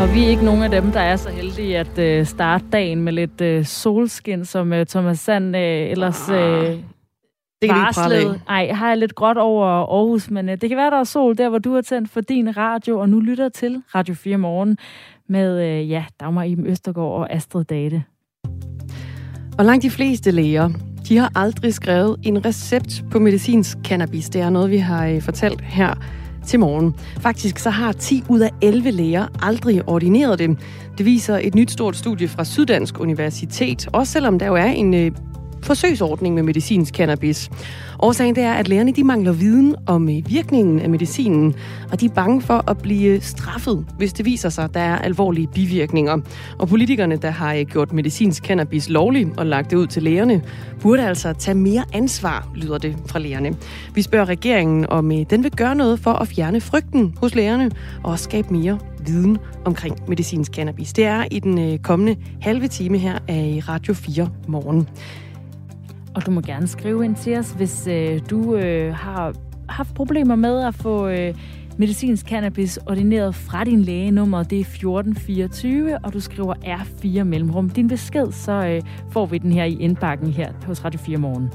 Og vi er ikke nogen af dem, der er så heldige at starte dagen med lidt solskin, som Thomas Sand ellers varslede. Ej, har jeg lidt gråt over Aarhus, men det kan være, der er sol der, hvor du har tændt for din radio, og nu lytter til Radio 4 Morgen med Dagmar Iben Østergaard og Astrid Date. Og langt de fleste læger, de har aldrig skrevet en recept på medicinsk cannabis. Det er noget, vi har fortalt her til morgen. Faktisk så har 10 ud af 11 læger aldrig ordineret det. Det viser et nyt stort studie fra Syddansk Universitet, også selvom der jo er en forsøgsordning med medicinsk cannabis. Årsagen det er, at lægerne de mangler viden om virkningen af medicinen, og de er bange for at blive straffet, hvis det viser sig, at der er alvorlige bivirkninger. Og politikerne, der har gjort medicinsk cannabis lovligt og lagt det ud til lægerne, burde altså tage mere ansvar, lyder det fra lægerne. Vi spørger regeringen, om den vil gøre noget for at fjerne frygten hos lægerne og skabe mere viden omkring medicinsk cannabis. Det er i den kommende halve time her af Radio 4 Morgen. Og du må gerne skrive ind til os, hvis du har haft problemer med at få medicinsk cannabis ordineret fra din læge. Nummeret det er 1424, og du skriver R4 mellemrum. Din besked, så får vi den her i indbakken her hos Radio 4 Morgen.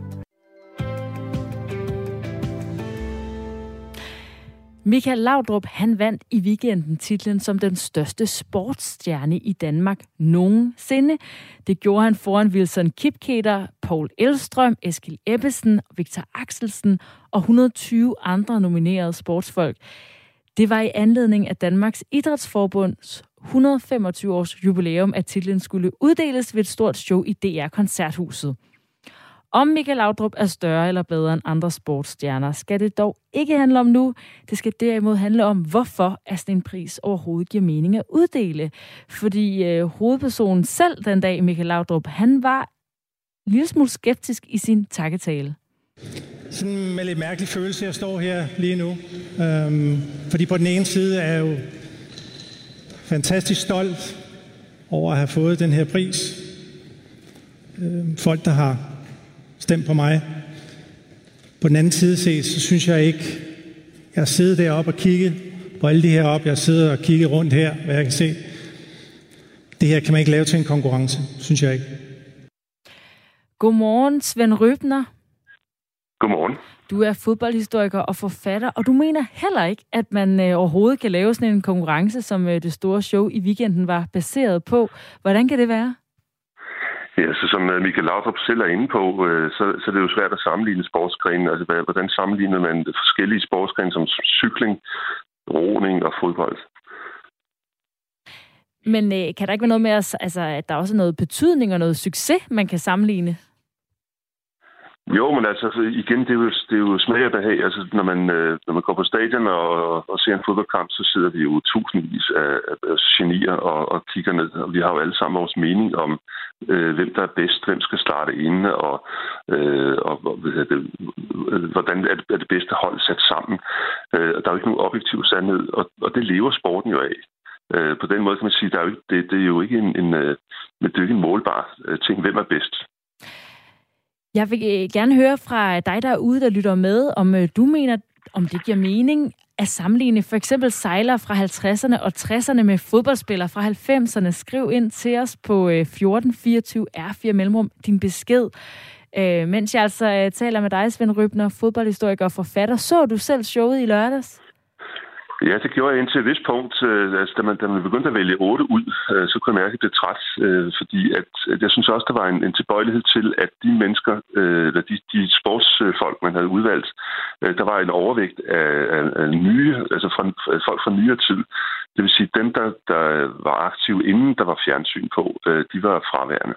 Michael Laudrup, han vandt i weekenden titlen som den største sportsstjerne i Danmark nogensinde. Det gjorde han foran Wilson Kipketer, Paul Elvstrøm, Eskil Ebbesen, Victor Axelsen og 120 andre nominerede sportsfolk. Det var i anledning af Danmarks Idrætsforbunds 125 års jubilæum, at titlen skulle uddeles ved et stort show i DR Koncerthuset. Om Michael Laudrup er større eller bedre end andre sportsstjerner, skal det dog ikke handle om nu. Det skal derimod handle om, hvorfor sådan en pris overhovedet giver mening at uddele. Fordi hovedpersonen selv den dag, Michael Laudrup, han var en lille smule skeptisk i sin takketale. Sådan med lidt mærkelig følelse, jeg står her lige nu. Fordi på den ene side er jeg jo fantastisk stolt over at have fået den her pris. Folk, der har stemt på mig. På den anden side set, så synes jeg ikke, jeg har siddet deroppe og kigget på alle de heroppe. Jeg sidder og kigget rundt her, hvad jeg kan se. Det her kan man ikke lave til en konkurrence, synes jeg ikke. Godmorgen, Svend Røbner. Godmorgen. Du er fodboldhistoriker og forfatter, og du mener heller ikke, at man overhovedet kan lave sådan en konkurrence, som det store show i weekenden var baseret på. Hvordan kan det være? Ja, så som Michael Laudrup selv er inde på, så er det jo svært at sammenligne sportsgrene. Altså, hvordan sammenligner man forskellige sportsgrene som cykling, roning og fodbold? Men kan der ikke være noget med, at der også er noget betydning og noget succes, man kan sammenligne? Jo, men altså igen, det er jo smag og behag. Altså, når man går på stadion og ser en fodboldkamp, så sidder vi jo tusindvis af genier og kigger ned. Og vi har jo alle sammen vores mening om, hvem der er bedst, hvem skal starte inde, og hvordan er det bedste hold sat sammen. Der er jo ikke nogen objektiv sandhed, og det lever sporten jo af. På den måde kan man sige, at det er jo ikke en målbar ting, hvem er bedst. Jeg vil gerne høre fra dig derude, der lytter med, om du mener, om det giver mening at sammenligne for eksempel sejlere fra 50'erne og 60'erne med fodboldspillere fra 90'erne. Skriv ind til os på 1424 R4 mellemrum din besked. Mens jeg altså taler med dig, Svend Røbner, fodboldhistoriker og forfatter, så du selv showet i lørdags? Ja, det gjorde jeg indtil et vist punkt. Da man begyndte at vælge 8 ud, så kunne jeg mærke, at det blev træt. Fordi at jeg synes også, der var en tilbøjelighed til, at de mennesker, de sportsfolk, man havde udvalgt, der var en overvægt af nye, altså folk fra nyere tid. Det vil sige, dem, der var aktive inden der var fjernsyn på, de var fraværende.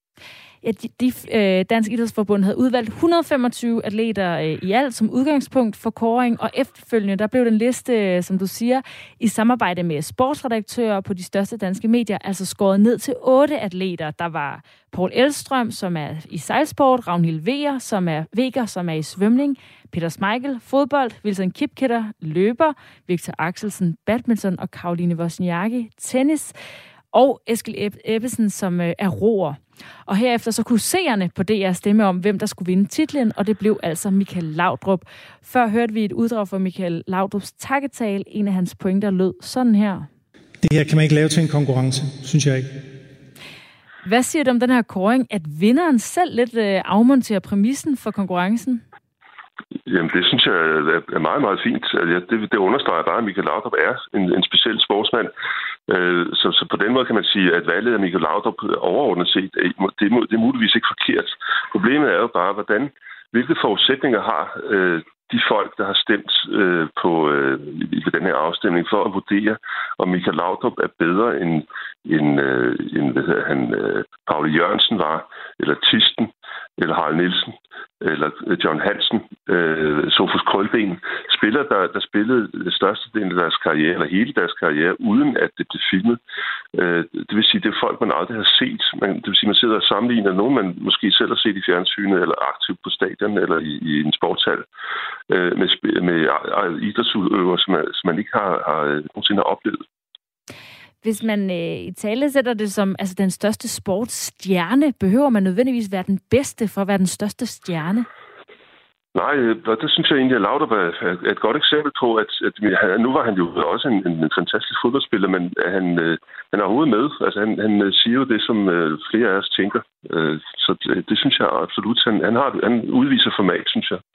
Dansk Idrætsforbund havde udvalgt 125 atleter i alt som udgangspunkt for kåring, og efterfølgende der blev den liste, som du siger, i samarbejde med sportsredaktører på de største danske medier, altså skåret ned til 8 atleter. Der var Paul Elvstrøm, som er i sejlsport, Ragnhild Weger, som er i svømning, Peter Schmeichel, fodbold, Wilson Kipketer, løber, Victor Axelsen, badminton og Caroline Wozniacki, tennis, og Eskil Ebbesen, som er roer. Og herefter så kunne seerne på DR stemme om, hvem der skulle vinde titlen, og det blev altså Michael Laudrup. Før hørte vi et uddrag fra Michael Laudrups takketale. En af hans pointer lød sådan her. det her kan man ikke lave til en konkurrence, synes jeg ikke. Hvad siger du om den her kåring, at vinderen selv lidt afmonterer præmissen for konkurrencen? Jamen, det synes jeg er meget, meget fint. Det understreger bare, at Michael Laudrup er en speciel sportsmand. Så på den måde kan man sige, at valget af Michael Laudrup overordnet set, det er muligvis ikke forkert. Problemet er jo bare, hvilke forudsætninger har de folk, der har stemt på den her afstemning for at vurdere, om Michael Laudrup er bedre end Pauli Jørgensen var, eller Tisten, eller Harald Nielsen, eller John Hansen, Sofus Krølben, spillere, der spillede størstedelen af deres karriere, eller hele deres karriere, uden at det blev filmet. Det vil sige, det er folk, man aldrig har set. Det vil sige, man sidder og sammenligner nogen, man måske selv har set i fjernsynet, eller aktivt på stadion, eller i en sportshal, med idrætsudøvere, som man ikke har nogensinde har oplevet. Hvis man i tale sætter det som den største sportsstjerne, behøver man nødvendigvis være den bedste for at være den største stjerne? Nej, det synes jeg egentlig, at Laudrup er et godt eksempel på, at nu var han jo også en fantastisk fodboldspiller, men han er overhovedet med. Altså, han siger jo det, som flere af os tænker. Så det synes jeg absolut. Han udviser format, synes jeg.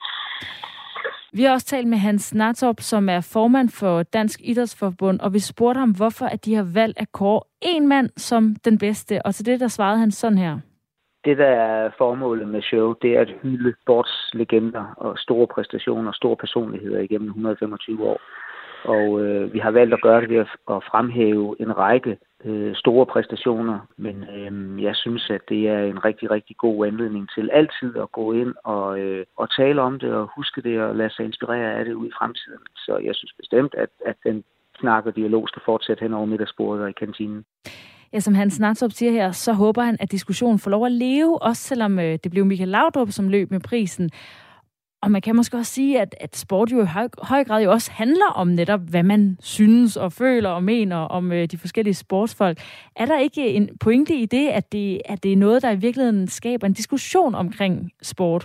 Vi har også talt med Hans Nattrup, som er formand for Dansk Idrætsforbund, og vi spurgte ham, hvorfor at de har valgt at kåre en mand som den bedste. Og til det, der svarede han sådan her. Det, der er formålet med show, det er at hylde sportslegender og store præstationer og store personligheder igennem 125 år. Og vi har valgt at gøre det ved at fremhæve en række store præstationer, men jeg synes, at det er en rigtig, rigtig god anledning til altid at gå ind og tale om det og huske det og lade sig inspirere af det ud i fremtiden. Så jeg synes bestemt, at den snak og dialog skal fortsætte hen over middagsbordet og i kantinen. Ja, som Hans Nattrup siger her, så håber han, at diskussionen får lov at leve, også selvom det blev Michael Laudrup, som løb med prisen. Og man kan måske også sige, at sport jo i høj grad jo også handler om netop, hvad man synes og føler og mener om de forskellige sportsfolk. Er der ikke en pointe i det, at det er noget, der i virkeligheden skaber en diskussion omkring sport?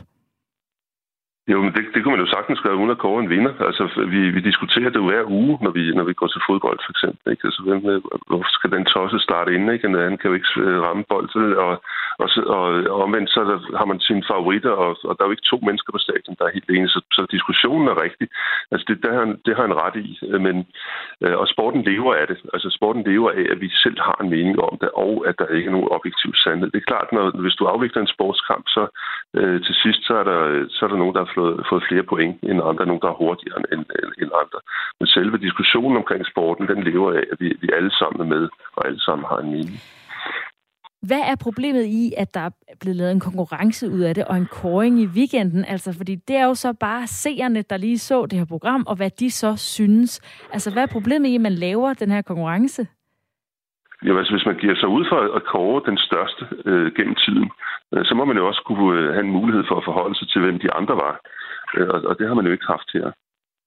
Jo, men det kunne man jo sagtens gøre uden at kåre en vinder. Altså, vi diskuterer det jo hver uge, når vi går til fodbold, for eksempel. Ikke? Altså, hvorfor skal den tosse starte inden? Ikke? Han kan jo ikke ramme bolden, og omvendt så har man sine favoritter, og der er jo ikke to mennesker på stadion, der er helt enige, så diskussionen er rigtig. Altså, det har han ret i, og sporten lever af det. Altså, sporten lever af, at vi selv har en mening om det, og at der ikke er nogen objektiv sandhed. Det er klart, hvis du afvikler en sportskamp, så til sidst, så er der nogen, der har fået flere point end andre, nogen, der er hurtigere end andre. Men selve diskussionen omkring sporten, den lever af, at vi alle sammen er med, og alle sammen har en mening. Hvad er problemet i, at der er blevet lavet en konkurrence ud af det, og en kåring i weekenden? Altså, fordi det er jo så bare seerne, der lige så det her program, og hvad de så synes. Altså, hvad er problemet i, at man laver den her konkurrence? Jo, altså, hvis man giver sig ud for at kåre den største gennem tiden, så må man jo også kunne have en mulighed for at forholde sig til, hvem de andre var. Og det har man jo ikke haft her.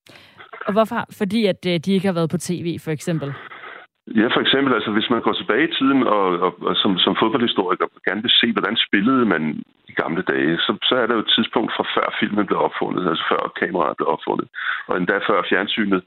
Og hvorfor? Fordi at de ikke har været på tv, for eksempel? Ja, for eksempel, altså hvis man går tilbage i tiden og som fodboldhistoriker gerne vil se, hvordan spillede man i gamle dage, så er der jo et tidspunkt fra før filmen blev opfundet, altså før kameraet blev opfundet, og endda før fjernsynet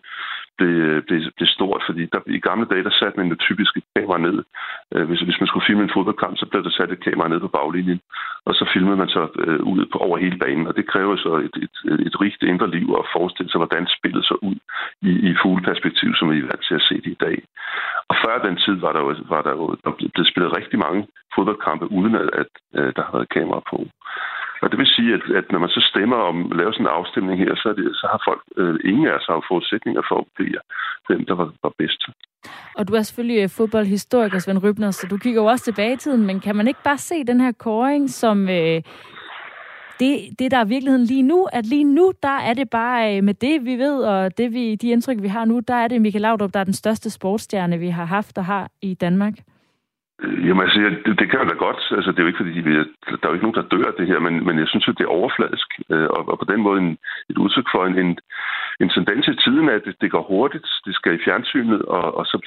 blev stort, fordi i gamle dage, der satte man jo typisk et kamera ned. Hvis man skulle filme en fodboldkamp, så blev der sat et kamera ned på baglinjen, og så filmede man så ud over hele banen, og det kræver så et rigt indre liv at forestille sig, hvordan spillet så ud i fugleperspektiv, som vi er vant til at se det i dag. Og før den tid var der jo blevet spillet rigtig mange fodboldkampe, uden at der har været kamera på. Og det vil sige, at når man så stemmer om at lave sådan en afstemning her, så har folk ingen af os har forudsætninger for at vurdere, hvem der var bedst. Og du er selvfølgelig fodboldhistoriker, Svend Rybner, så du kigger jo også tilbage i tiden, men kan man ikke bare se den her kåring som det, der er virkeligheden lige nu, at lige nu, der er det bare med det, vi ved, og de indtryk, vi har nu, der er det Michael Laudrup, der er den største sportsstjerne, vi har haft og har i Danmark? Jamen altså, det kan jo da godt. Altså, det er jo ikke, fordi der er jo ikke nogen, der dør af det her, men jeg synes jo, det er overfladisk. Og på den måde et udtryk for en tendens i tiden, at det går hurtigt, det skal i fjernsynet, og så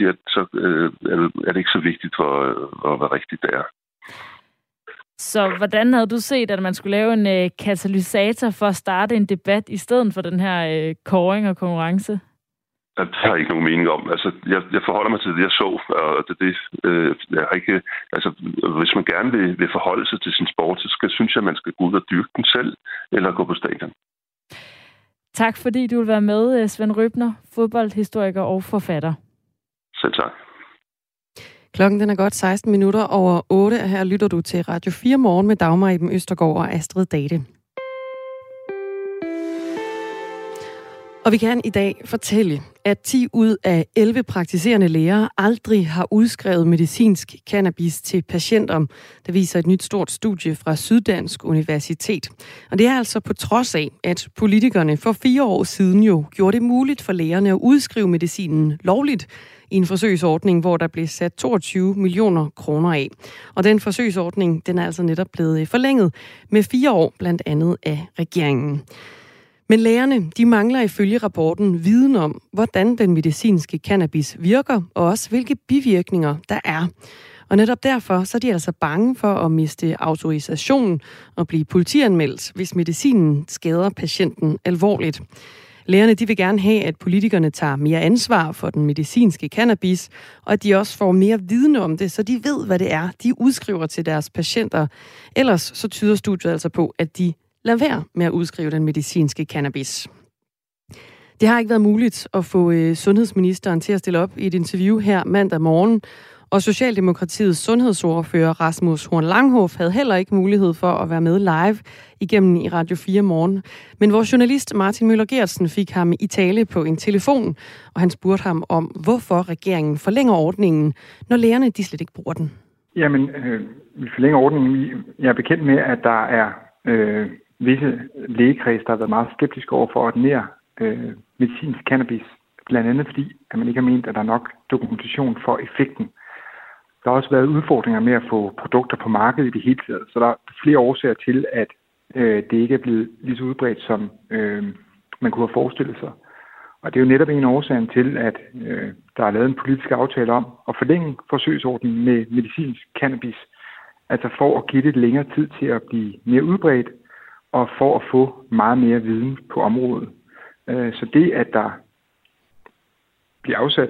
er det ikke så vigtigt for hvad rigtigt det er. Så hvordan havde du set, at man skulle lave en katalysator for at starte en debat i stedet for den her kåring og konkurrence? Det har jeg ikke nogen mening om. Altså, jeg forholder mig til det, jeg så, og jeg har ikke... Altså, hvis man gerne vil forholde sig til sin sport, så synes jeg, at man skal gå ud og dyrke den selv, eller gå på stadion. Tak fordi du vil være med, Svend Røbner, fodboldhistoriker og forfatter. Selv tak. Klokken den er godt 16 minutter over 8, og her lytter du til Radio 4 Morgen med Dagmar Iben Østergaard og Astrid Date. Og vi kan i dag fortælle, at 10 ud af 11 praktiserende læger aldrig har udskrevet medicinsk cannabis til patienter. Det viser et nyt stort studie fra Syddansk Universitet. Og det er altså på trods af, at politikerne for 4 år siden jo gjorde det muligt for lægerne at udskrive medicinen lovligt i en forsøgsordning, hvor der blev sat 22 millioner kroner af. Og den forsøgsordning, den er altså netop blevet forlænget med 4 år, blandt andet af regeringen. Men lægerne, de mangler ifølge rapporten viden om, hvordan den medicinske cannabis virker, og også hvilke bivirkninger der er. Og netop derfor så er de altså bange for at miste autorisation og blive politianmeldt, hvis medicinen skader patienten alvorligt. Lægerne, de vil gerne have, at politikerne tager mere ansvar for den medicinske cannabis, og at de også får mere viden om det, så de ved, hvad det er, de udskriver til deres patienter. Ellers så tyder studiet altså på, at de lad være med at udskrive den medicinske cannabis. Det har ikke været muligt at få sundhedsministeren til at stille op i et interview her mandag morgen, og Socialdemokratiets sundhedsordfører Rasmus Horn Langhoff havde heller ikke mulighed for at være med live igennem i Radio 4 Morgen. Men vores journalist Martin Møller Geertsen fik ham i tale på en telefon, og han spurgte ham om, hvorfor regeringen forlænger ordningen, når lægerne de slet ikke bruger den. Jamen, vi forlænger ordningen. Jeg er bekendt med, at der er visse lægekreds, der har været meget skeptiske over for at ordinere medicinsk cannabis. Blandt andet fordi, at man ikke har ment, at der er nok dokumentation for effekten. Der har også været udfordringer med at få produkter på markedet i det hele taget. Så der er flere årsager til, at det ikke er blevet lige så udbredt, som man kunne have forestillet sig. Og det er jo netop en af årsagen til, at der er lavet en politisk aftale om at forlænge forsøgsordningen med medicinsk cannabis. Altså for at give det længere tid til at blive mere udbredt, og for at få meget mere viden på området. Så det, at der bliver afsat,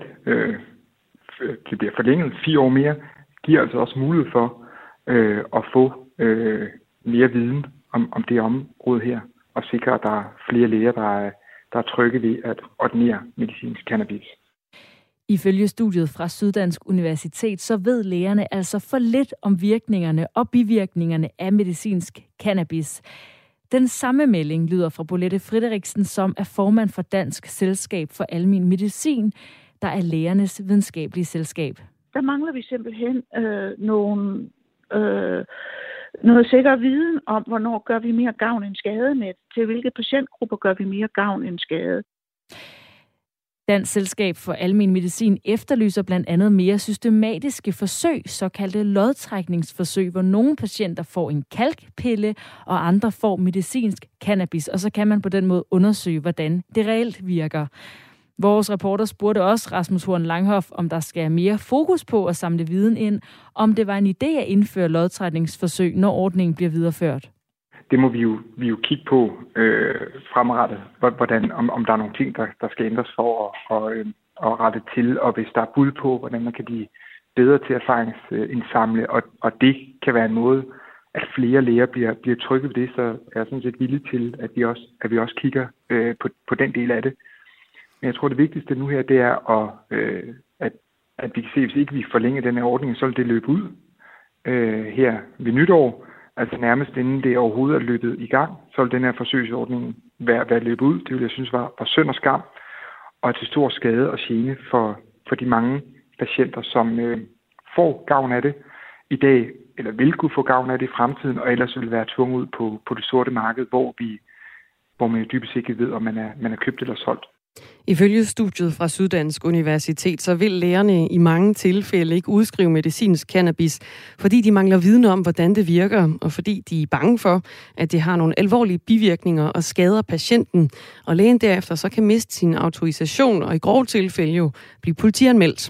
det bliver forlænget 4 år mere, giver altså også mulighed for at få mere viden om det område her, og sikre, at der er flere læger, der er trygge ved at ordinere medicinsk cannabis. Ifølge studiet fra Syddansk Universitet, så ved lægerne altså for lidt om virkningerne og bivirkningerne af medicinsk cannabis. Den samme melding lyder fra Bolette Frederiksen, som er formand for Dansk Selskab for Almen Medicin, der er lægernes videnskabelige selskab. Der mangler vi simpelthen noget sikker viden om, hvornår gør vi mere gavn end skade med, til hvilke patientgrupper gør vi mere gavn end skade. Dansk Selskab for Almen Medicin efterlyser blandt andet mere systematiske forsøg, såkaldte lodtrækningsforsøg, hvor nogle patienter får en kalkpille, og andre får medicinsk cannabis, og så kan man på den måde undersøge, hvordan det reelt virker. Vores reporter spurgte også Rasmus Horn Langhoff, om der skal mere fokus på at samle viden ind, om det var en idé at indføre lodtrækningsforsøg, når ordningen bliver videreført. Det må vi jo kigge på fremadrettet, hvordan, om der er nogle ting, der skal ændres for at rette til, og hvis der er bud på, hvordan man kan blive bedre til erfaringsindsamle, og det kan være en måde, at flere læger bliver trygge ved det, så er jeg sådan set villig til, at vi også kigger på den del af det. Men jeg tror, det vigtigste nu her, det er, at vi kan se, hvis ikke vi forlænger den her ordning, så vil det løbe ud her ved nytår. Altså nærmest inden det overhovedet er løbet i gang, så vil den her forsøgsordning være løbet ud. Det vil jeg synes var synd og skam, og til stor skade og gene for de mange patienter, som får gavn af det i dag, eller vil kunne få gavn af det i fremtiden, og ellers vil være tvunget ud på det sorte marked, hvor man dybest ikke ved, om man er købt eller solgt. Ifølge studiet fra Syddansk Universitet, så vil lægerne i mange tilfælde ikke udskrive medicinsk cannabis, fordi de mangler viden om, hvordan det virker, og fordi de er bange for, at det har nogle alvorlige bivirkninger og skader patienten, og lægen derefter så kan miste sin autorisation og i grove tilfælde jo blive politianmeldt.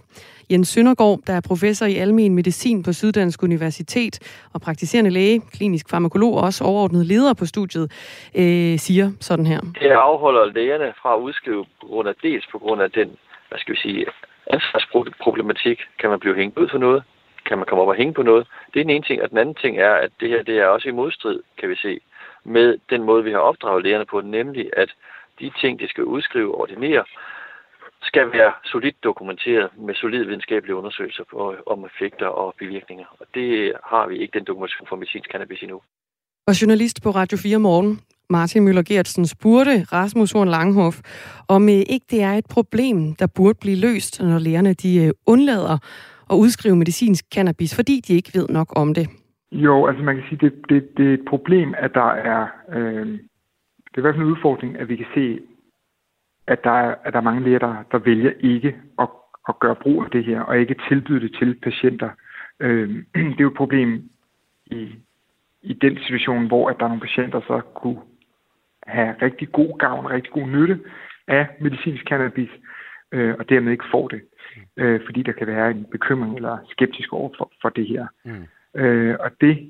Jens Søndergaard, der er professor i almen medicin på Syddansk Universitet og praktiserende læge, klinisk farmakolog og også overordnet leder på studiet, siger sådan her. Det afholder lægerne fra at udskrive på grund af den, ansvarsproblematik. Kan man blive hængt ud for noget? Kan man komme op og hænge på noget? Det er den ene ting, og den anden ting er, at det her det er også i modstrid, kan vi se, med den måde, vi har opdraget lægerne på, nemlig at de ting, de skal udskrive og ordinere, skal være solidt dokumenteret med solide videnskabelige undersøgelser om effekter og bivirkninger. Og det har vi ikke den dokumentation for medicinsk cannabis endnu. Og journalist på Radio 4 Morgen, Martin Møller Geertsen, spurgte Rasmus Horn Langhoff, om ikke det er et problem, der burde blive løst, når lægerne de undlader at udskrive medicinsk cannabis, fordi de ikke ved nok om det. Jo, altså man kan sige, det er et problem, at der er... det er i hvert fald en udfordring, at vi kan se, at der er mange læger, der vælger ikke at gøre brug af det her, og ikke tilbyde det til patienter. Det er jo et problem i den situation, hvor at der er nogle patienter, så kunne have rigtig god gavn, rigtig god nytte af medicinsk cannabis, og dermed ikke får det, fordi der kan være en bekymring eller skeptisk over for det her. Og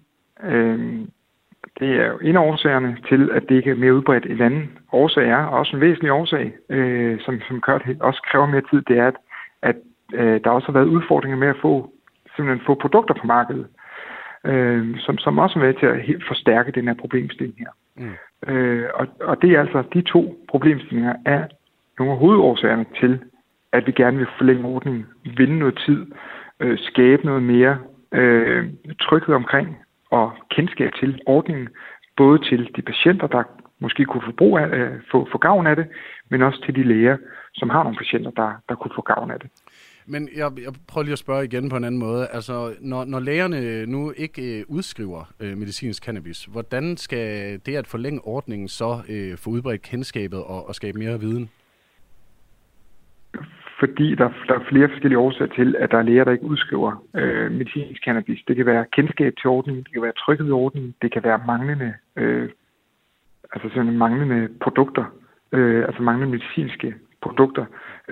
det er jo en af årsagerne til, at det ikke er mere udbredt. En anden årsag er, og også en væsentlig årsag, som også kræver mere tid, det er, at der også har været udfordringer med at simpelthen få produkter på markedet, som også er med til at helt forstærke den her problemstilling her. Og det er altså de to problemstillinger er nogle af hovedårsagerne til, at vi gerne vil forlænge ordningen, vinde noget tid, skabe noget mere tryghed omkring og kendskab til ordningen, både til de patienter, der måske kunne få gavn af det, men også til de læger, som har nogle patienter, der kunne få gavn af det. Men jeg prøver lige at spørge igen på en anden måde. Altså, når lægerne nu ikke udskriver medicinsk cannabis, hvordan skal det at forlænge ordningen så få udbredt kendskabet og skabe mere viden? Fordi der er flere forskellige årsager til, at der er læger, der ikke udskriver medicinsk cannabis. Det kan være kendskab til ordningen, det kan være tryghed i ordningen, det kan være manglende produkter, altså manglende medicinske produkter,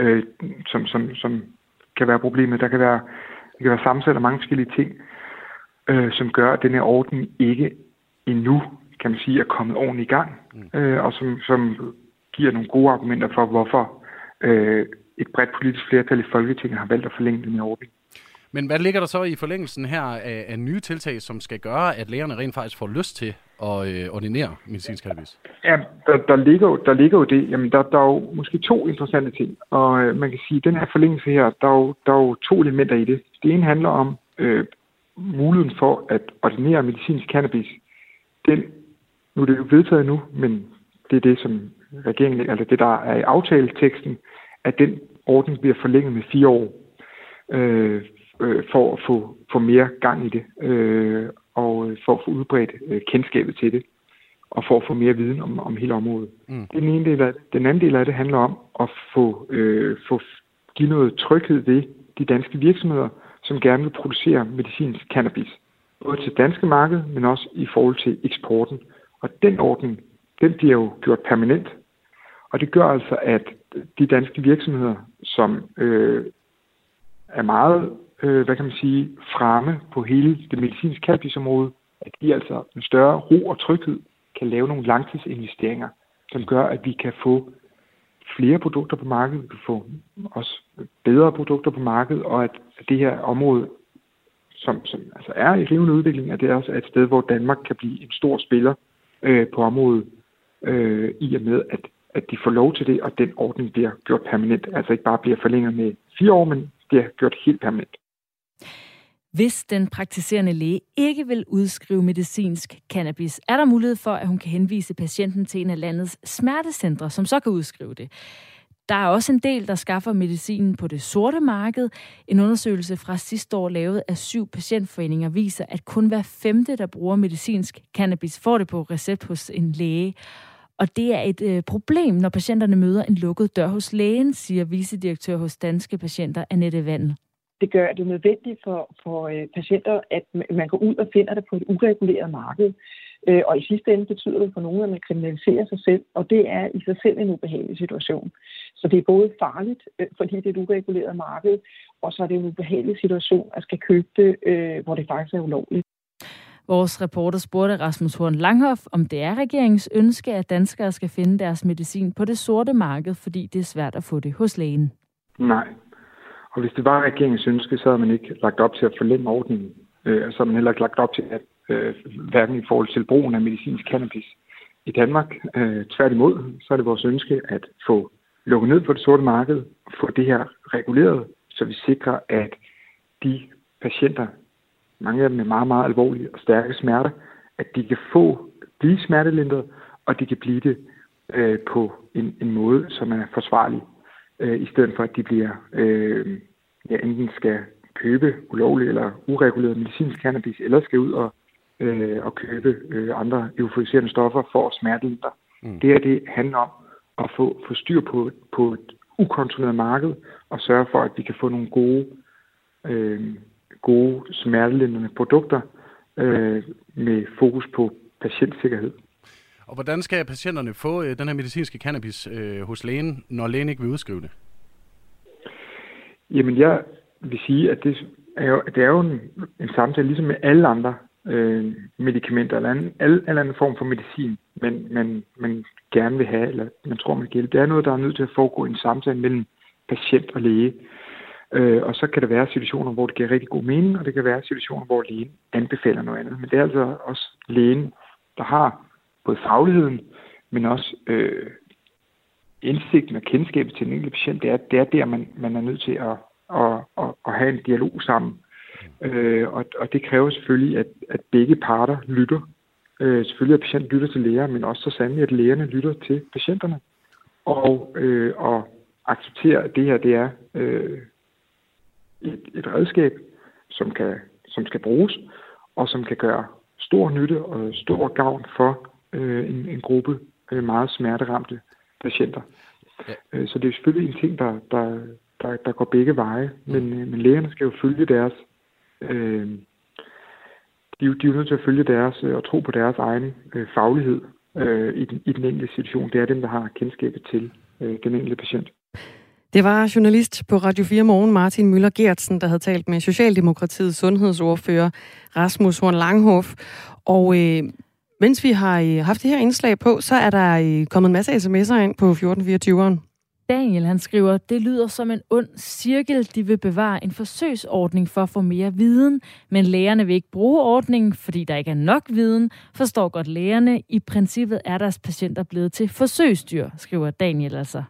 som kan være problemet. Det kan være sammensat af mange forskellige ting, som gør, at den her ordning ikke endnu, kan man sige, er kommet ordentligt i gang, og som giver nogle gode argumenter for, hvorfor et bredt politisk flertal i Folketinget har valgt at forlænge den her ordning. Men hvad ligger der så i forlængelsen her af nye tiltag, som skal gøre, at lægerne rent faktisk får lyst til at ordinere medicinsk cannabis? Ja, der ligger jo det. Jamen, der er jo måske to interessante ting. Og man kan sige, at den her forlængelse her, der er jo to elementer i det. Det ene handler om muligheden for at ordinere medicinsk cannabis. Nu er det jo vedtaget nu, men det er det, som regeringen, altså det, der er i aftaleteksten, at den ordning bliver forlænget med 4 år for at få mere gang i det, og for at få udbredt kendskabet til det, og for at få mere viden om hele området. Det er den ene del af det. Den anden del af det handler om at give noget tryghed ved de danske virksomheder, som gerne vil producere medicinsk cannabis. Både til danske marked, men også i forhold til eksporten. Og den ordning, den bliver jo gjort permanent. Og det gør altså, at de danske virksomheder, som er meget, fremme på hele det medicinske cannabisområde, at de altså med større ro og tryghed kan lave nogle langtidsinvesteringer, som gør, at vi kan få flere produkter på markedet, vi kan få også bedre produkter på markedet, og at det her område, som altså er i rivende udvikling, at det også er et sted, hvor Danmark kan blive en stor spiller på området, i og med, at de får lov til det, og den ordning bliver gjort permanent. Altså ikke bare bliver forlænget med 4 år, men bliver gjort helt permanent. Hvis den praktiserende læge ikke vil udskrive medicinsk cannabis, er der mulighed for, at hun kan henvise patienten til en af landets smertecentre, som så kan udskrive det. Der er også en del, der skaffer medicinen på det sorte marked. En undersøgelse fra sidste år lavet af 7 patientforeninger viser, at kun hver 5., der bruger medicinsk cannabis, får det på recept hos en læge. Og det er et problem, når patienterne møder en lukket dør hos lægen, siger vicedirektør hos Danske Patienter, Annette Vandel. Det gør det nødvendigt for patienter, at man går ud og finder det på et ureguleret marked. Og i sidste ende betyder det for nogen, at man kriminaliserer sig selv, og det er i sig selv en ubehagelig situation. Så det er både farligt, fordi det er et ureguleret marked, og så er det en ubehagelig situation at skal købe det, hvor det faktisk er ulovligt. Vores reporter spurgte Rasmus Horn Langhoff, om det er regeringens ønske, at danskere skal finde deres medicin på det sorte marked, fordi det er svært at få det hos lægen. Nej. Og hvis det var regeringens ønske, så havde man ikke lagt op til at forlænge ordningen. Så har man heller ikke lagt op til, at hverken i forhold til brugen af medicinsk cannabis i Danmark. Tværtimod, så er det vores ønske at få lukket ned på det sorte marked, og få det her reguleret, så vi sikrer, at de patienter, mange af dem med meget, meget alvorlige og stærke smerter, at de kan blive smertelindret, og de kan blive det på en måde, som er forsvarlig, i stedet for at de bliver enten skal købe ulovlig eller ureguleret medicinsk cannabis, eller skal ud og købe andre euforiserende stoffer for at smertelindre. Det handler om at få styr på et ukontrolleret marked, og sørge for, at vi kan få nogle gode smertelindrende produkter med fokus på patientsikkerhed. Og hvordan skal patienterne få den her medicinske cannabis hos lægen, når lægen ikke vil udskrive det? Jamen, jeg vil sige, at det er jo en samtale, ligesom med alle andre medicamenter, eller alle anden form for medicin, man gerne vil have, eller man tror, man kan. Det er noget, der er nødt til at foregå en samtale mellem patient og læge. Og så kan der være situationer, hvor det giver rigtig god mening, og det kan være situationer, hvor lægen anbefaler noget andet. Men det er altså også lægen, der har både fagligheden, men også indsigten og kendskabet til den enkelte patient. Det er der, man er nødt til at have en dialog sammen. Og det kræver selvfølgelig, at begge parter lytter. Selvfølgelig at patienten lytter til læger, men også så sandelig, at lægerne lytter til patienterne. Og accepterer, at det her det er et redskab, som skal bruges, og som kan gøre stor nytte og stor gavn for en gruppe meget smerteramte patienter. Ja. Så det er selvfølgelig en ting, der går begge veje, men lægerne skal jo følge deres de er jo nødt til at følge deres og tro på deres egen faglighed i den enkelte situation. Det er dem, der har kendskabet til den enkelte patient. Det var journalist på Radio 4 Morgen, Martin Møller Geertsen, der havde talt med Socialdemokratiets sundhedsordfører Rasmus Horn Langhoff. Og mens vi har haft det her indslag på, så er der kommet en masse sms'er ind på 1424'eren. Daniel, han skriver, det lyder som en ond cirkel. De vil bevare en forsøgsordning for at få mere viden, men lægerne vil ikke bruge ordningen, fordi der ikke er nok viden. Forstår godt lægerne. I princippet er deres patienter blevet til forsøgsdyr, skriver Daniel altså.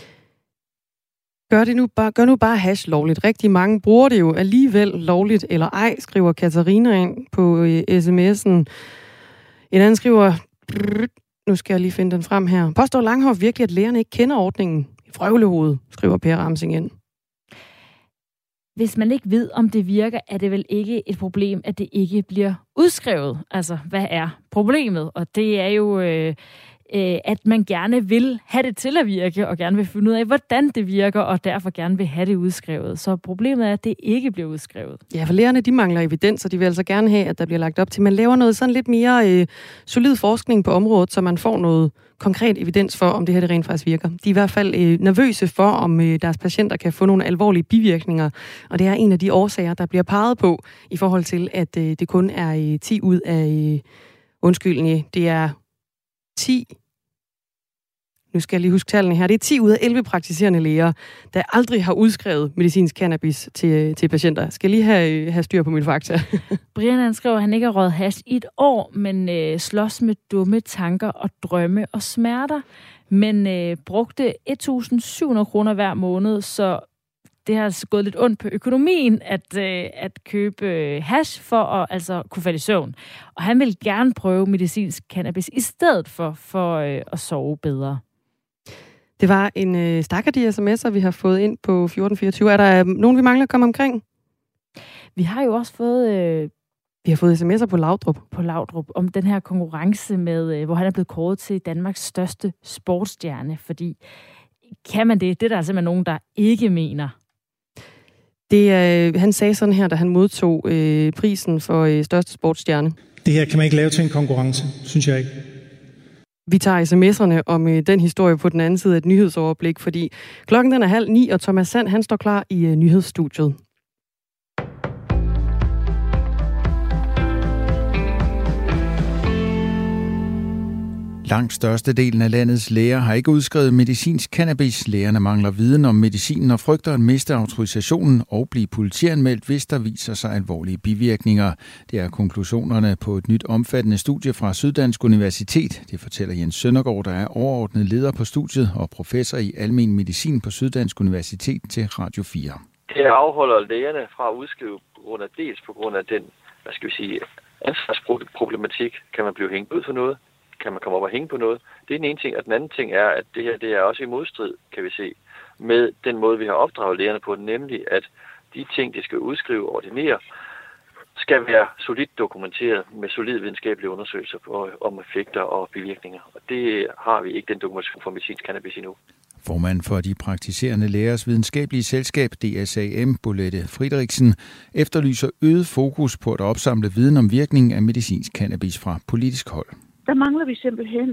Gør nu bare hash lovligt. Rigtig mange bruger det jo alligevel lovligt eller ej, skriver Katarina ind på sms'en. En anden skriver, nu skal jeg lige finde den frem her. Påstår Langhoff virkelig, at lægerne ikke kender ordningen? Frøvlehoved, skriver Per Ramsing ind. Hvis man ikke ved, om det virker, er det vel ikke et problem, at det ikke bliver udskrevet. Altså, hvad er problemet? Og det er jo, at man gerne vil have det til at virke, og gerne vil finde ud af, hvordan det virker, og derfor gerne vil have det udskrevet. Så problemet er, at det ikke bliver udskrevet. Ja, for lægerne, de mangler evidens, og de vil altså gerne have, at der bliver lagt op til. Man laver noget sådan lidt mere solid forskning på området, så man får noget konkret evidens for, om det her det rent faktisk virker. De er i hvert fald nervøse for, om deres patienter kan få nogle alvorlige bivirkninger, og det er en af de årsager, der bliver peget på, i forhold til, at det kun er 10 ud af... det er 10... Nu skal jeg lige huske tallene her. Det er 10 ud af 11 praktiserende læger, der aldrig har udskrevet medicinsk cannabis til patienter. Jeg skal lige have styr på mine fakta. Brian, han skriver, at han ikke har røget hash i et år, men slås med dumme tanker og drømme og smerter. Men brugte 1.700 kroner hver måned, så det har altså gået lidt ondt på økonomien at købe hash for at altså kunne falde i søvn. Og han vil gerne prøve medicinsk cannabis i stedet for at sove bedre. Det var en stak af de sms'er, vi har fået ind på 1424. Er der nogen, vi mangler at komme omkring? Vi har jo også fået... Vi har fået sms'er på Laudrup. På Laudrup, om den her konkurrence med, hvor han er blevet kåret til Danmarks største sportsstjerne. Fordi kan man det? Det er der simpelthen nogen, der ikke mener. Han sagde sådan her, da han modtog prisen for største sportsstjerne. Det her kan man ikke lave til en konkurrence, synes jeg ikke. Vi tager sms'erne om den historie på den anden side af et nyhedsoverblik, fordi klokken den er 8:30, og Thomas Sand han står klar i nyhedsstudiet. Langt størstedelen af landets læger har ikke udskrevet medicinsk cannabis. Lægerne mangler viden om medicinen og frygter at miste autorisationen og blive politianmeldt, hvis der viser sig alvorlige bivirkninger. Det er konklusionerne på et nyt omfattende studie fra Syddansk Universitet. Det fortæller Jens Søndergaard, der er overordnet leder på studiet og professor i almen medicin på Syddansk Universitet til Radio 4. Det afholder lægerne fra at udskrive på grund af den, ansvarsproblematik. Kan man blive hængt ud for noget? Kan man komme op og hænge på noget? Det er den ene ting, og den anden ting er, at det her det er også i modstrid, kan vi se, med den måde, vi har opdraget lægerne på, nemlig at de ting, de skal udskrive og ordinere, skal være solidt dokumenteret med solid videnskabelige undersøgelser om effekter og bivirkninger. Og det har vi ikke den dokumentation for medicinsk cannabis endnu. Formand for de praktiserende lægers videnskabelige selskab, DSAM, Bolette Friedrichsen, efterlyser øget fokus på at opsamle viden om virkningen af medicinsk cannabis fra politisk hold. Der mangler vi simpelthen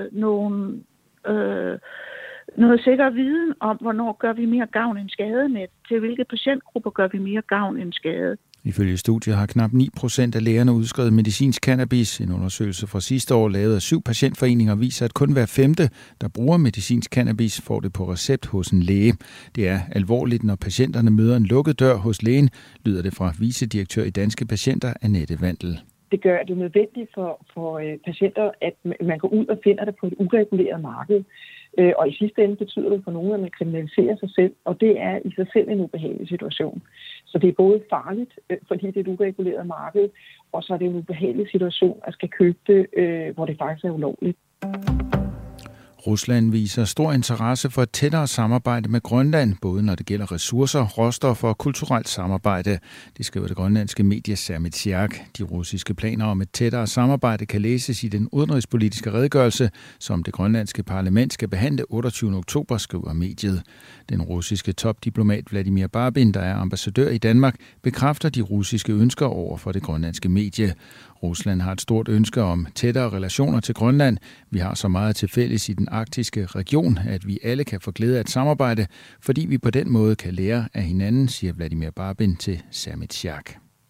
noget sikker viden om, hvornår gør vi mere gavn end skade med, til hvilke patientgrupper gør vi mere gavn end skade. Ifølge studiet har knap 9% af lægerne udskrevet medicinsk cannabis. En undersøgelse fra sidste år lavet af 7 patientforeninger viser, at kun hver 5., der bruger medicinsk cannabis, får det på recept hos en læge. Det er alvorligt, når patienterne møder en lukket dør hos lægen, lyder det fra vicedirektør i Danske Patienter, Annette Vandel. Det gør det nødvendigt for patienter, at man går ud og finder det på et ureguleret marked. Og i sidste ende betyder det for nogen, at man kriminaliserer sig selv, og det er i sig selv en ubehagelig situation. Så det er både farligt, fordi det er et ureguleret marked, og så er det en ubehagelig situation at skal købe det, hvor det faktisk er ulovligt. Rusland viser stor interesse for et tættere samarbejde med Grønland, både når det gælder ressourcer, råstoffer og kulturelt samarbejde. Det skriver det grønlandske medie Sermitsiaq. De russiske planer om et tættere samarbejde kan læses i den udenrigspolitiske redegørelse, som det grønlandske parlament skal behandle 28. oktober, skriver mediet. Den russiske topdiplomat Vladimir Barbin, der er ambassadør i Danmark, bekræfter de russiske ønsker over for det grønlandske medie. Rusland har et stort ønske om tættere relationer til Grønland. Vi har så meget til fælles i den arktiske region, at vi alle kan få glæde af et samarbejde, fordi vi på den måde kan lære af hinanden, siger Vladimir Barbin til Sermitsiaq.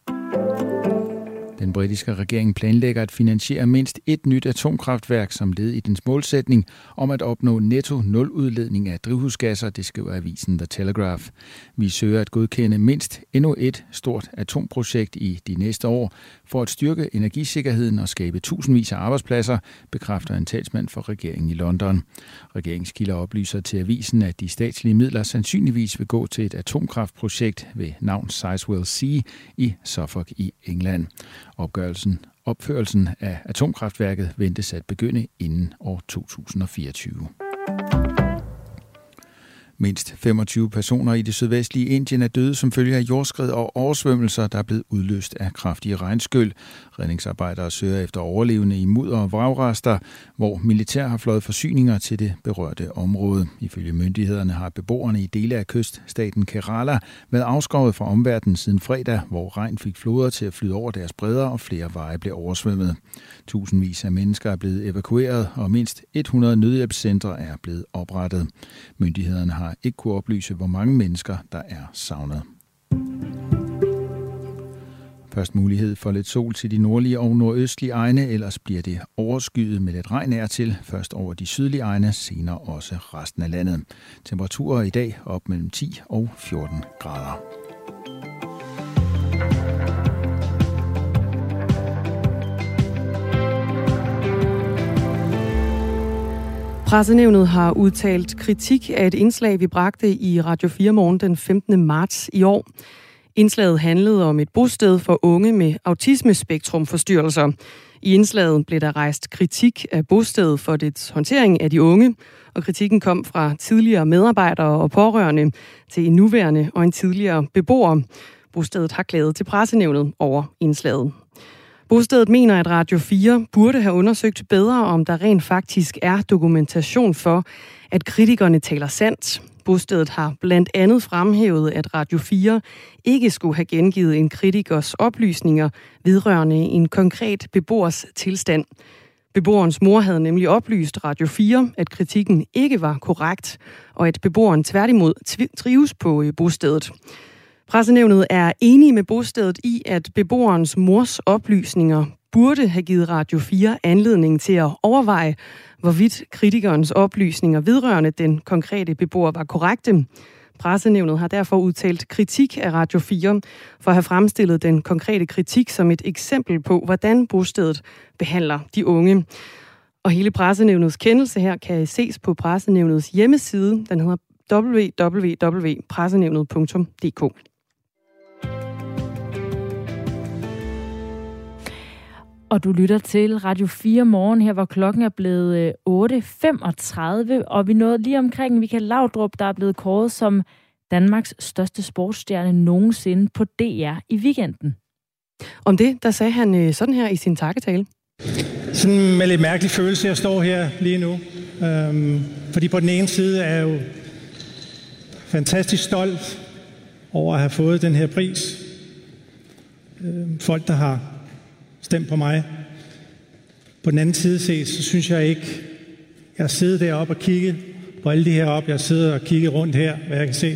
Den britiske regering planlægger at finansiere mindst et nyt atomkraftværk som led i dens målsætning om at opnå netto nuludledning af drivhusgasser, det skriver avisen The Telegraph. Vi søger at godkende mindst endnu et stort atomprojekt i de næste år for at styrke energisikkerheden og skabe tusindvis af arbejdspladser, bekræfter en talsmand for regeringen i London. Regeringskilder oplyser til avisen, at de statslige midler sandsynligvis vil gå til et atomkraftprojekt ved navn Sizewell C i Suffolk i England. Opførelsen af atomkraftværket ventes at begynde inden år 2024. Mindst 25 personer i det sydvestlige Indien er døde som følge af jordskred og oversvømmelser, der er blevet udløst af kraftige regnskyl. Redningsarbejdere søger efter overlevende i mudder og vragrester, hvor militær har fløjet forsyninger til det berørte område. Ifølge myndighederne har beboerne i dele af kyststaten Kerala været afskåret fra omverdenen siden fredag, hvor regn fik floder til at flyde over deres bredder og flere veje blev oversvømmet. Tusindvis af mennesker er blevet evakueret, og mindst 100 nødhjælpscentre er blevet oprettet. Myndighederne har ikke kunne oplyse, hvor mange mennesker, der er savnet. Først mulighed for lidt sol til de nordlige og nordøstlige egne, ellers bliver det overskyet med lidt regn til. Først over de sydlige egne, senere også resten af landet. Temperaturer i dag op mellem 10 og 14 grader. Pressenævnet har udtalt kritik af et indslag, vi bragte i Radio 4 morgen den 15. marts i år. Indslaget handlede om et bosted for unge med autismespektrumforstyrrelser. I indslaget blev der rejst kritik af bostedet for dets håndtering af de unge, og kritikken kom fra tidligere medarbejdere og pårørende til en nuværende og en tidligere beboer. Bostedet har klaget til pressenævnet over indslaget. Bostedet mener, at Radio 4 burde have undersøgt bedre, om der rent faktisk er dokumentation for, at kritikerne taler sandt. Bostedet har blandt andet fremhævet, at Radio 4 ikke skulle have gengivet en kritikers oplysninger vedrørende en konkret beboers tilstand. Beboerens mor havde nemlig oplyst Radio 4, at kritikken ikke var korrekt, og at beboeren tværtimod trives på bostedet. Pressenævnet er enige med bostedet i, at beboerens mors oplysninger burde have givet Radio 4 anledning til at overveje, hvorvidt kritikernes oplysninger vedrørende den konkrete beboer var korrekte. Pressenævnet har derfor udtalt kritik af Radio 4 for at have fremstillet den konkrete kritik som et eksempel på, hvordan bostedet behandler de unge. Og hele pressenævnets kendelse her kan ses på pressenævnets hjemmeside. Den hedder www.pressenævnet.dk. Og du lytter til Radio 4 morgen her, hvor klokken er blevet 8.35, og vi nåede lige omkring Michael Laudrup, der er blevet kåret som Danmarks største sportsstjerne nogensinde på DR i weekenden. Om det, der sagde han sådan her i sin takketale. Sådan med lidt mærkelig følelse, jeg står her lige nu. Fordi på den ene side er jeg jo fantastisk stolt over at have fået den her pris. Folk, der har stemt på mig. På den anden side set, så synes jeg ikke, jeg har siddet deroppe og kigget på alle de her op. Jeg har siddet og kigget rundt her, hvad jeg kan se.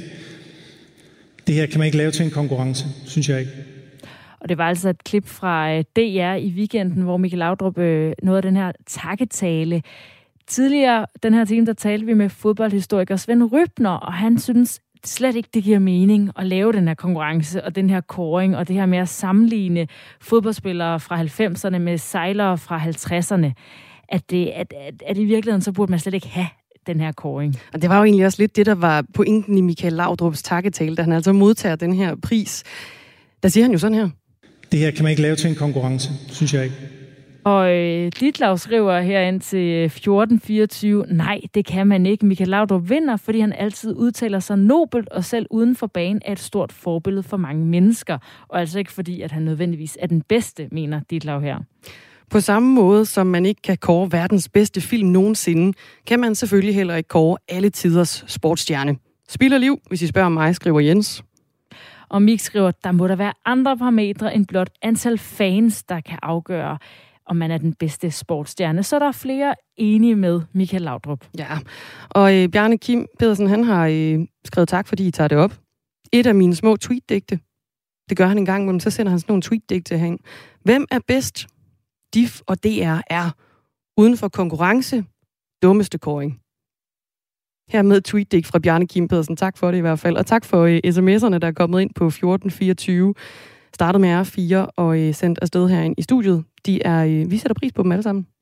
Det her kan man ikke lave til en konkurrence, synes jeg ikke. Og det var altså et klip fra DR i weekenden, hvor Michael Laudrup nåede af den her takketale. Tidligere den her time, der talte vi med fodboldhistoriker Svend Rybner, og han synes slet ikke, det giver mening at lave den her konkurrence og den her kåring, og det her med at sammenligne fodboldspillere fra 90'erne med sejlere fra 50'erne. At i virkeligheden, så burde man slet ikke have den her kåring. Og det var jo egentlig også lidt det, der var pointen i Michael Laudrups takketale, da han altså modtager den her pris. Der siger han jo sådan her. Det her kan man ikke lave til en konkurrence, synes jeg ikke. Og Ditlav skriver herind til 1424, nej, det kan man ikke. Michael Laudrup vinder, fordi han altid udtaler sig nobelt, og selv uden for banen er et stort forbillede for mange mennesker. Og altså ikke fordi, at han nødvendigvis er den bedste, mener Ditlav her. På samme måde, som man ikke kan kåre verdens bedste film nogensinde, kan man selvfølgelig heller ikke kåre alle tiders sportsstjerne. Spilder liv, hvis I spørger mig, skriver Jens. Og Mik skriver, der må der være andre parametre end blot antal fans, der kan afgøre, om man er den bedste sportsstjerne. Så der er flere enige med Michael Laudrup. Ja, og Bjarne Kim Pedersen, han har skrevet tak, fordi I tager det op. Et af mine små tweetdigte. Det gør han en gang, men så sender han sådan nogle tweetdigte herind. Hvem er bedst? DIF og DR er uden for konkurrence dummeste kåring. Hermed tweetdigt fra Bjarne Kim Pedersen. Tak for det i hvert fald. Og tak for sms'erne, der er kommet ind på 1424. Startet med R4 og sendt afsted herind i studiet. Vi sætter pris på dem alle sammen.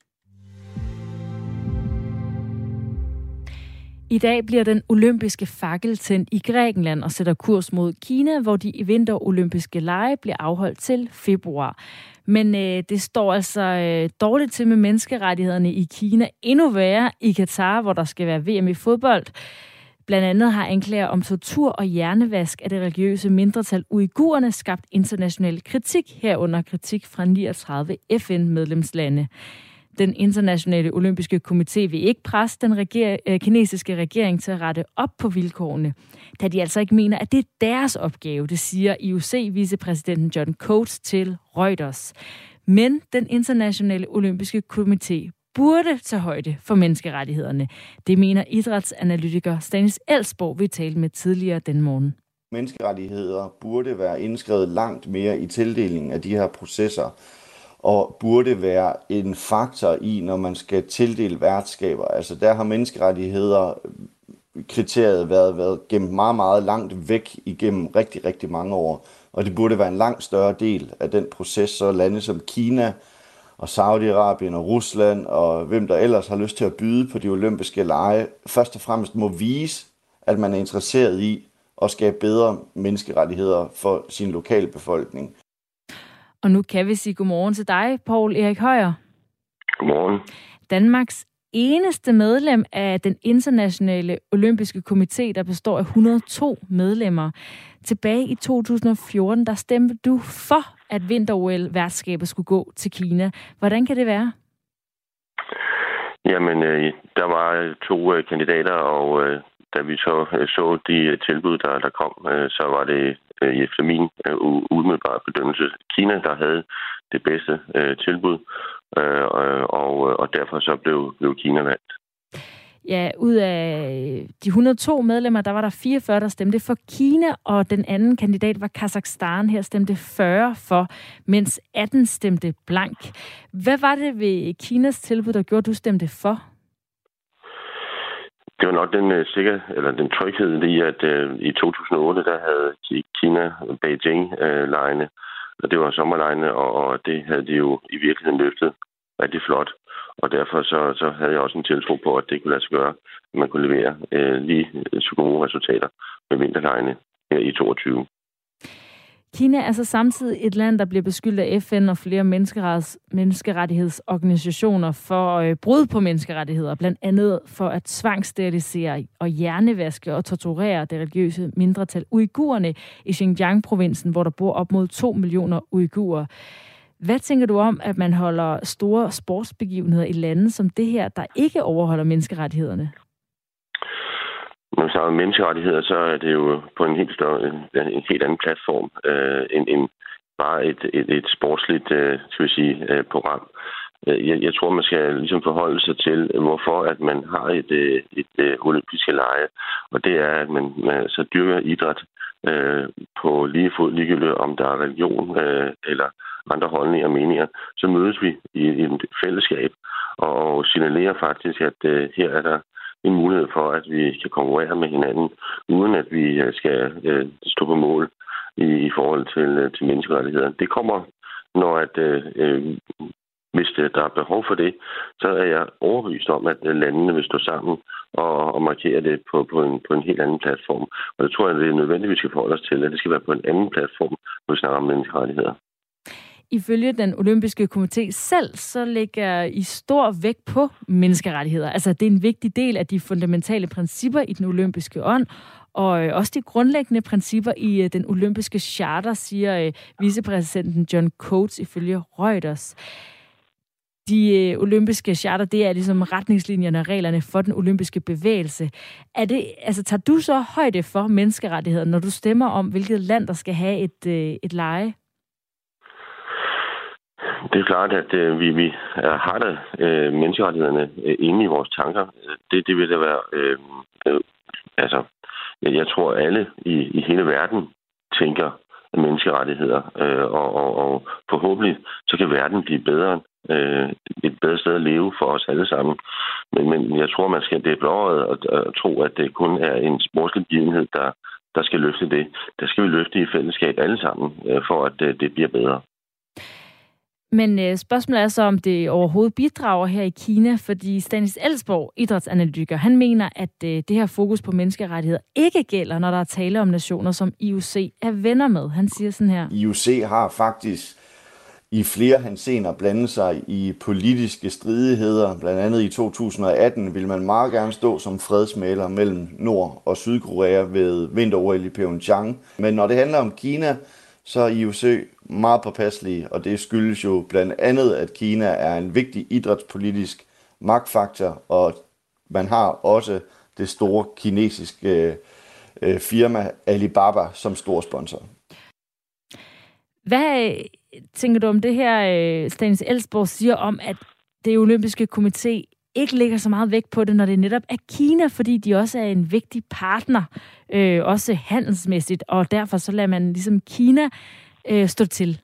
I dag bliver den olympiske fakkel tændt i Grækenland og sætter kurs mod Kina, hvor de vinterolympiske lege bliver afholdt til februar. Men det står altså dårligt til med menneskerettighederne i Kina. Endnu værre i Katar, hvor der skal være VM i fodbold. Blandt andet har anklager om tortur og hjernevask af det religiøse mindretal uigurerne skabt international kritik, herunder kritik fra 39 FN-medlemslande. Den internationale olympiske komité vil ikke presse den kinesiske regering til at rette op på vilkårene, da de altså ikke mener, at det er deres opgave, det siger IOC-vicepræsidenten John Coates til Reuters. Men den internationale olympiske komité burde tage højde for menneskerettighederne. Det mener idrætsanalytiker Stanis Elsborg, vi talte med tidligere den morgen. Menneskerettigheder burde være indskrevet langt mere i tildelingen af de her processer, og burde være en faktor i, når man skal tildele værtskaber. Altså der har menneskerettigheder kriteriet været gemt meget, meget langt væk igennem rigtig, rigtig mange år. Og det burde være en langt større del af den proces, så lande som Kina og Saudi-Arabien og Rusland og hvem der ellers har lyst til at byde på de olympiske lege, først og fremmest må vise, at man er interesseret i at skabe bedre menneskerettigheder for sin lokale befolkning. Og nu kan vi sige godmorgen til dig, Poul Erik Højer. Godmorgen. Danmarks eneste medlem af den internationale olympiske komité, der består af 102 medlemmer. Tilbage i 2014, der stemte du for, at vinter-OL-værtskabet skulle gå til Kina. Hvordan kan det være? Jamen, der var 2 kandidater, og da vi så de tilbud, der kom, så var det efter min umiddelbare bedømmelse Kina, der havde det bedste tilbud. og derfor så blev Kina valgt. Ja, ud af de 102 medlemmer, der var der 44, der stemte for Kina, og den anden kandidat var Kazakhstan. Her stemte 40 for, mens 18 stemte blank. Hvad var det ved Kinas tilbud, der gjorde, at du stemte for? Det var nok den tryghed i, at i 2008, der havde Kina Beijing-lejene, og det var sommerlejene, og det havde de jo i virkeligheden løftet rigtig flot. Og derfor så havde jeg også en tiltro på, at det kunne lade sig gøre, at man kunne levere lige så gode resultater med vinterlejene her i 2022. Kina er så samtidig et land, der bliver beskyldt af FN og flere menneskerettighedsorganisationer for brud på menneskerettigheder, blandt andet for at tvangssterilisere og hjernevaske og torturere det religiøse mindretal uigurerne i Xinjiang-provinsen, hvor der bor op mod 2 millioner uigurer. Hvad tænker du om, at man holder store sportsbegivenheder i lande som det her, der ikke overholder menneskerettighederne? Når vi snakker om menneskerettigheder, så er det jo på en helt anden platform end bare et sportsligt program. Jeg tror, man skal ligesom forholde sig til, hvorfor at man har et olympiske lege, og det er, at man så dyrker idræt på lige fod, ligegyldigt om der er religion eller andre holdninger og meninger, så mødes vi i et fællesskab og signalerer faktisk, at her er der en mulighed for, at vi kan konkurrere med hinanden, uden at vi skal stå på mål i forhold til menneskerettigheder. Det kommer, når hvis der er behov for det, så er jeg overbevist om, at landene vil stå sammen og markere det på en helt anden platform. Og det tror jeg, det er nødvendigt, vi skal forholde os til, at det skal være på en anden platform, når vi snakker om menneskerettigheder. Ifølge den olympiske komité selv, så lægger I stor vægt på menneskerettigheder. Altså, det er en vigtig del af de fundamentale principper i den olympiske ånd, og også de grundlæggende principper i den olympiske charter, siger vicepræsidenten John Coates ifølge Reuters. De olympiske charter, det er ligesom retningslinjerne og reglerne for den olympiske bevægelse. Tager du så højde for menneskerettigheder, når du stemmer om, hvilket land, der skal have et lege? Det er klart, at vi har da menneskerettighederne inde i vores tanker. Det vil da være... jeg tror, alle i hele verden tænker menneskerettigheder, og forhåbentlig så kan verden blive bedre. Et bedre sted at leve for os alle sammen. Men jeg tror, man skal det blåret og tro, at det kun er en sportslig begivenhed, der skal løfte det. Der skal vi løfte i fællesskab alle sammen, for at det bliver bedre. Men spørgsmålet er så, om det overhovedet bidrager her i Kina, fordi Stanis Elsborg, idrætsanalytiker, han mener, at det her fokus på menneskerettigheder ikke gælder, når der er tale om nationer, som IOC er venner med. Han siger sådan her. IOC har faktisk i flere henseender blandet sig i politiske stridigheder. Blandt andet i 2018 ville man meget gerne stå som fredsmægler mellem Nord- og Sydkorea ved vinter-OL i Pyeongchang. Men når det handler om Kina, så er IOC meget påpasselige, og det skyldes jo blandt andet, at Kina er en vigtig idrætspolitisk magtfaktor, og man har også det store kinesiske firma Alibaba som stor sponsor. Hvad tænker du om det her, Stanis Elsborg siger om, at det olympiske komité ikke lægger så meget vægt på det, når det netop er Kina, fordi de også er en vigtig partner, også handelsmæssigt, og derfor så lader man ligesom Kina stå til?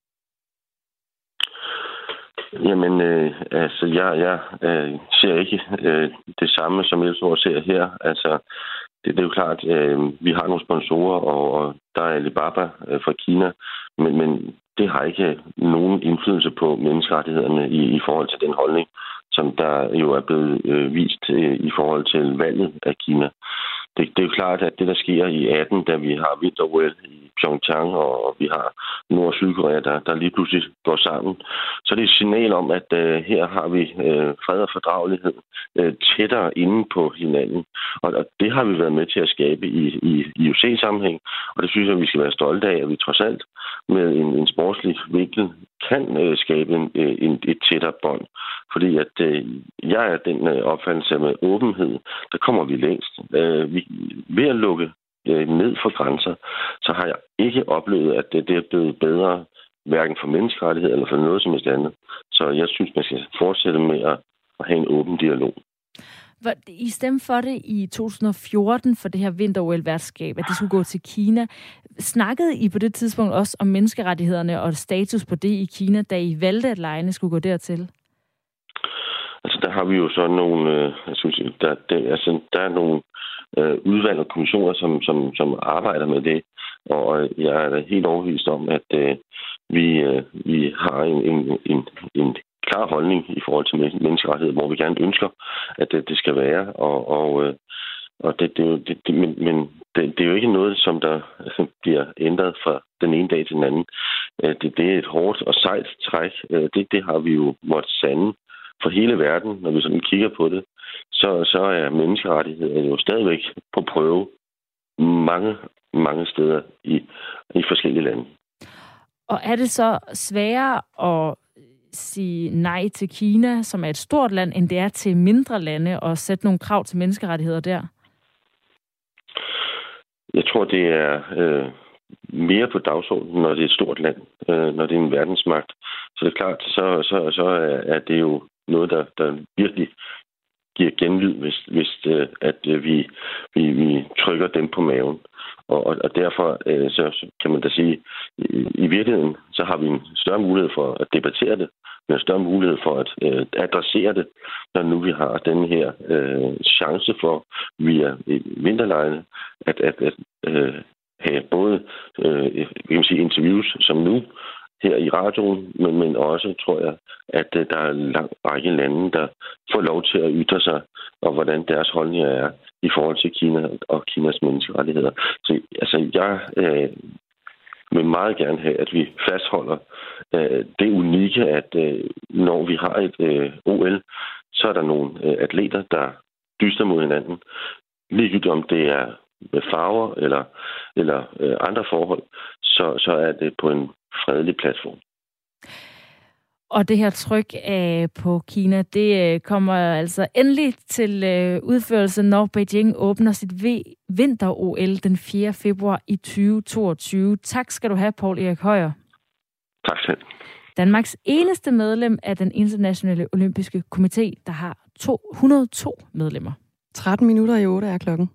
Jamen, jeg ser ikke det samme, som Elsborg ser her. Altså, det er jo klart, vi har nogle sponsorer, og der er Alibaba fra Kina, men det har ikke nogen indflydelse på menneskerettighederne i forhold til den holdning, som der jo er blevet vist i forhold til valget af Kina. Det er jo klart, at det, der sker i 18, da vi har vinter-OL i Pyeongchang, og vi har Nord- og Sydkorea, der lige pludselig går sammen, så er det et signal om, at her har vi fred og fordragelighed tættere inde på hinanden. Og det har vi været med til at skabe i IOC-sammenhæng, og det synes jeg, vi skal være stolte af, at vi trods alt med en sportslig vinkel kan skabe et tættere bånd. Fordi at jeg er den opfattelse med åbenhed, der kommer vi længst. Ved at lukke ned for grænser, så har jeg ikke oplevet, at det er blevet bedre hverken for menneskerettigheder eller for noget som helst andet. Så jeg synes, man skal fortsætte med at have en åben dialog. I stemte for det i 2014 for det her vinter-OL-værtskab, at det skulle gå til Kina. Snakkede I på det tidspunkt også om menneskerettighederne og status på det i Kina, da I valgte, at legene skulle gå dertil? Altså, der har vi jo sådan nogle, der er nogle udvalg og kommissioner, som arbejder med det. Og jeg er helt overbevist om, at vi har en klar holdning i forhold til menneskerettighed, hvor vi gerne ønsker, at det skal være. Men det er jo ikke noget, som der bliver ændret fra den ene dag til den anden. Det er et hårdt og sejt træk. Det har vi jo måttet sande for hele verden, når vi sådan kigger på det. Så er menneskerettigheder jo stadigvæk på prøve mange steder i forskellige lande. Og er det så sværere at sige nej til Kina, som er et stort land, end det er til mindre lande, og sætte nogle krav til menneskerettigheder der? Jeg tror, det er mere på dagsordenen, når det er et stort land, når det er en verdensmagt. Så det er klart, så er det jo noget, der virkelig giver genlyd, hvis vi trykker dem på maven. Og derfor så kan man da sige, i virkeligheden, så har vi en større mulighed for at debattere det, en større mulighed for at adressere det, når nu vi har den her chance for via vinterlejene at have både interviews som nu her i radioen, men også, tror jeg, at der er en lang række lande, der får lov til at ytre sig, og hvordan deres holdninger er i forhold til Kina og Kinas menneskerettigheder. Så altså, jeg vil meget gerne have, at vi fastholder det unikke, at når vi har et OL, så er der nogle atleter, der dyster mod hinanden. Ligegyldigt om det er med farver eller andre forhold, så er det på en fredelig platform. Og det her tryk på Kina, det kommer altså endelig til udførelse, når Beijing åbner sit vinter-OL den 4. februar i 2022. Tak skal du have, Poul Erik Højer. Tak selv. Danmarks eneste medlem af den internationale olympiske komité, der har 102 medlemmer. 7:13 er klokken.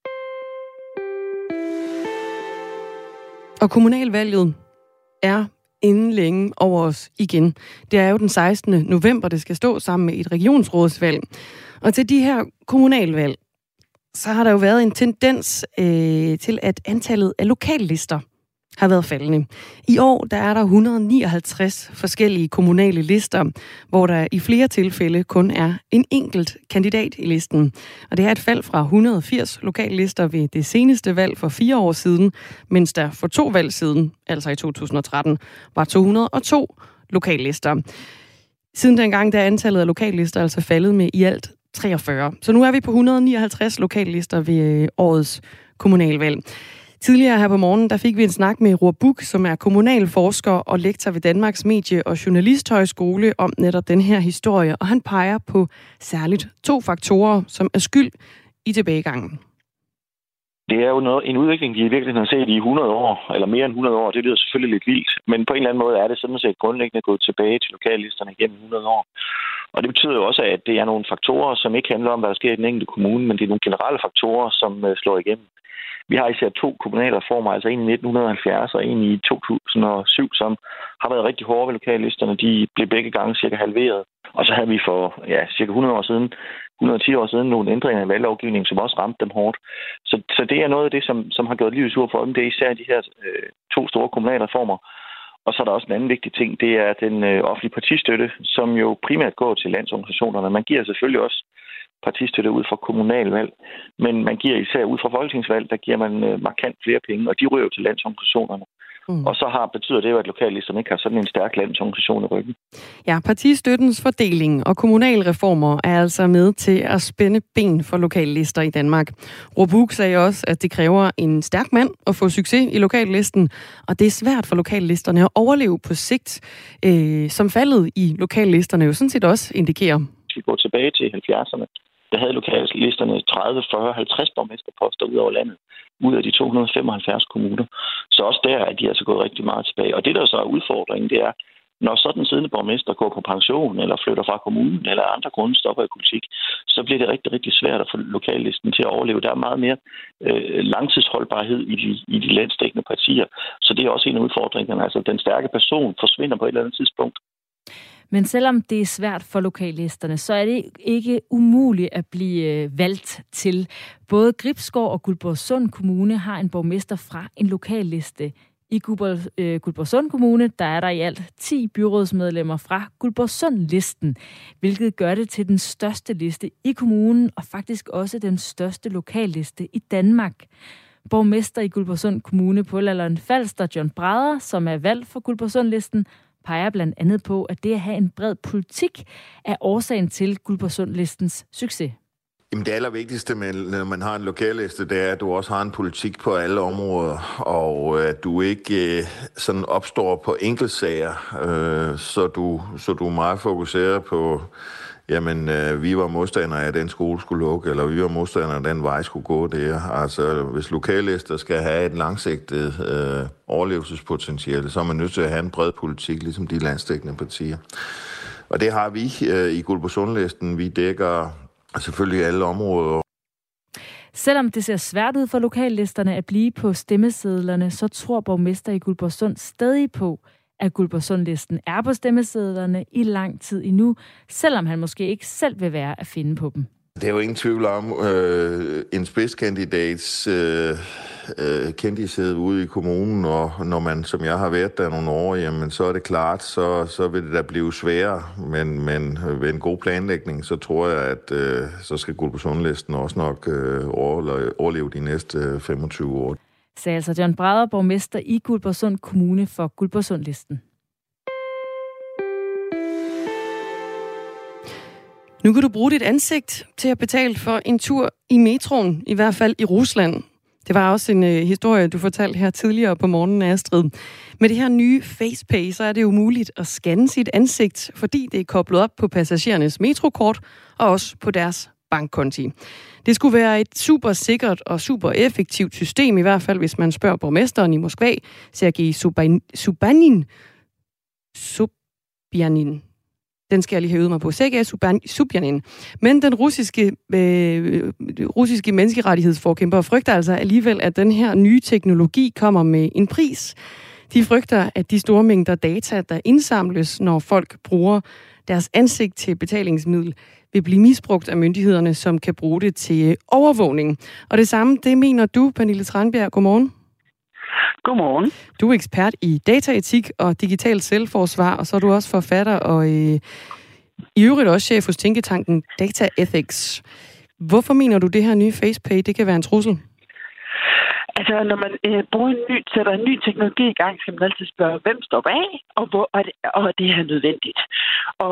Og kommunalvalget er inden længe over os igen. Det er jo den 16. november, det skal stå sammen med et regionsrådsvalg. Og til de her kommunalvalg, så har der jo været en tendens til, at antallet af lokallister har været faldende. I år der er der 159 forskellige kommunale lister, hvor der i flere tilfælde kun er en enkelt kandidat i listen. Og det er et fald fra 180 lokallister ved det seneste valg for 4 år siden, mens der for 2 valg siden, altså i 2013, var 202 lokallister. Siden dengang der er antallet af lokallister altså faldet med i alt 43. Så nu er vi på 159 lokallister ved årets kommunalvalg. Tidligere her på morgenen, der fik vi en snak med Roar Buch, som er kommunalforsker og lektor ved Danmarks Medie- og Journalisthøjskole om netop den her historie, og han peger på særligt 2 faktorer, som er skyld i tilbagegangen. Det er jo en udvikling, vi i virkeligheden har set i 100 år, eller mere end 100 år. Det lyder selvfølgelig lidt vildt, men på en eller anden måde er det sådan set grundlæggende gået tilbage til lokallisterne gennem 100 år. Og det betyder jo også, at det er nogle faktorer, som ikke handler om, hvad der sker i den enkelte kommune, men det er nogle generelle faktorer, som slår igennem. Vi har især 2 kommunalreformer, altså en i 1970 og en i 2007, som har været rigtig hårde ved lokallisterne. De blev begge gange cirka halveret. Og så havde vi for cirka 110 år siden nogle ændringer i valglovgivningen, som også ramte dem hårdt. Så det er noget af det, som har gjort livet sur for dem. Det er især de her 2 store kommunalreformer. Og så er der også en anden vigtig ting, det er den offentlige partistøtte, som jo primært går til landsorganisationerne. Man giver selvfølgelig også partistøtte ud fra kommunalvalg, men man giver især ud fra folketingsvalg, der giver man markant flere penge, og de ryger jo til landsorganisationerne. Og så betyder det jo, at lokallisterne ikke har sådan en stærk landsorganisation i ryggen. Ja, partistøttens fordeling og kommunalreformer er altså med til at spænde ben for lokallister i Danmark. Roar Buch sagde også, at det kræver en stærk mand at få succes i lokallisten, og det er svært for lokallisterne at overleve på sigt, som faldet i lokallisterne jo sådan set også indikerer. Vi går tilbage til 70'erne, der havde lokallisterne 30, 40, 50 borgmesterposter ud over landet, ud af de 275 kommuner. Så også der er de altså gået rigtig meget tilbage. Og det, der så er udfordringen, det er, når sådan en siddende borgmester går på pension, eller flytter fra kommunen, eller andre grunde stopper i politik, så bliver det rigtig, rigtig svært at få lokallisten til at overleve. Der er meget mere langtidsholdbarhed i de landsdækkende partier. Så det er også en af udfordringerne. Altså, den stærke person forsvinder på et eller andet tidspunkt. Men selvom det er svært for lokallisterne, så er det ikke umuligt at blive valgt til. Både Gribskov og Guldborgsund Kommune har en borgmester fra en lokalliste. I Guldborgsund Kommune, der er der i alt 10 byrådsmedlemmer fra Guldborgsund-listen, hvilket gør det til den største liste i kommunen, og faktisk også den største lokalliste i Danmark. Borgmester i Guldborgsund Kommune på Lolland-Falster, John Brader, som er valgt for Guldborgsund-listen, peger blandt andet på, at det at have en bred politik er årsagen til Guldborgsund-listens succes. Jamen det allervigtigste, når man har en lokalliste, det er, at du også har en politik på alle områder, og at du ikke sådan opstår på enkeltsager, så du er meget fokuseret på, jamen vi var modstandere af, at den skole skulle lukke, eller vi var modstandere af, at den vej skulle gå der. Altså hvis lokallister skal have et langsigtet overlevelsespotentiale, så er man nødt til at have en bred politik, ligesom de landsdækkende partier. Og det har vi i Guldborgsund-listen. Vi dækker selvfølgelig alle områder. Selvom det ser svært ud for lokallisterne at blive på stemmesedlerne, så tror borgmester i Guldborgsund stadig på, at Guldborgsund-listen er på stemmesedlerne i lang tid endnu, selvom han måske ikke selv vil være at finde på dem. Det er jo ingen tvivl om, en spidskandidats kendished ude i kommunen, og når man, som jeg har været der nogle år, jamen så er det klart, så vil det da blive sværere, men ved en god planlægning, så tror jeg, at så skal Guldborgsund-listen også nok overleve de næste 25 år. Sagde altså John Brader, borgmester i Guldborgsund Kommune for Guldborgsund-listen. Nu kan du bruge dit ansigt til at betale for en tur i metroen, i hvert fald i Rusland. Det var også en historie, du fortalte her tidligere på morgenen, Astrid. Med det her nye FacePay, så er det jo muligt at scanne sit ansigt, fordi det er koblet op på passagerernes metrokort og også på deres bankkonti. Det skulle være et super sikkert og super effektivt system, i hvert fald hvis man spørger borgmesteren i Moskva, Sergej Sobyanin. Den skal jeg lige have øvet mig på. Sergej Sobyanin. Men den russiske menneskerettighedsforkæmper frygter altså alligevel, at den her nye teknologi kommer med en pris. De frygter, at de store mængder data, der indsamles, når folk bruger deres ansigt til betalingsmiddel, vil blive misbrugt af myndighederne, som kan bruge det til overvågning. Og det samme, det mener du, Pernille Tranbjerg. Godmorgen. Godmorgen. Du er ekspert i dataetik og digital selvforsvar, og så er du også forfatter og i øvrigt også chef hos tænketanken Data Ethics. Hvorfor mener du, det her nye FacePay, det kan være en trussel? Altså, når man sætter en ny teknologi i gang, skal man altid spørge, hvem står bag, og det er nødvendigt. Og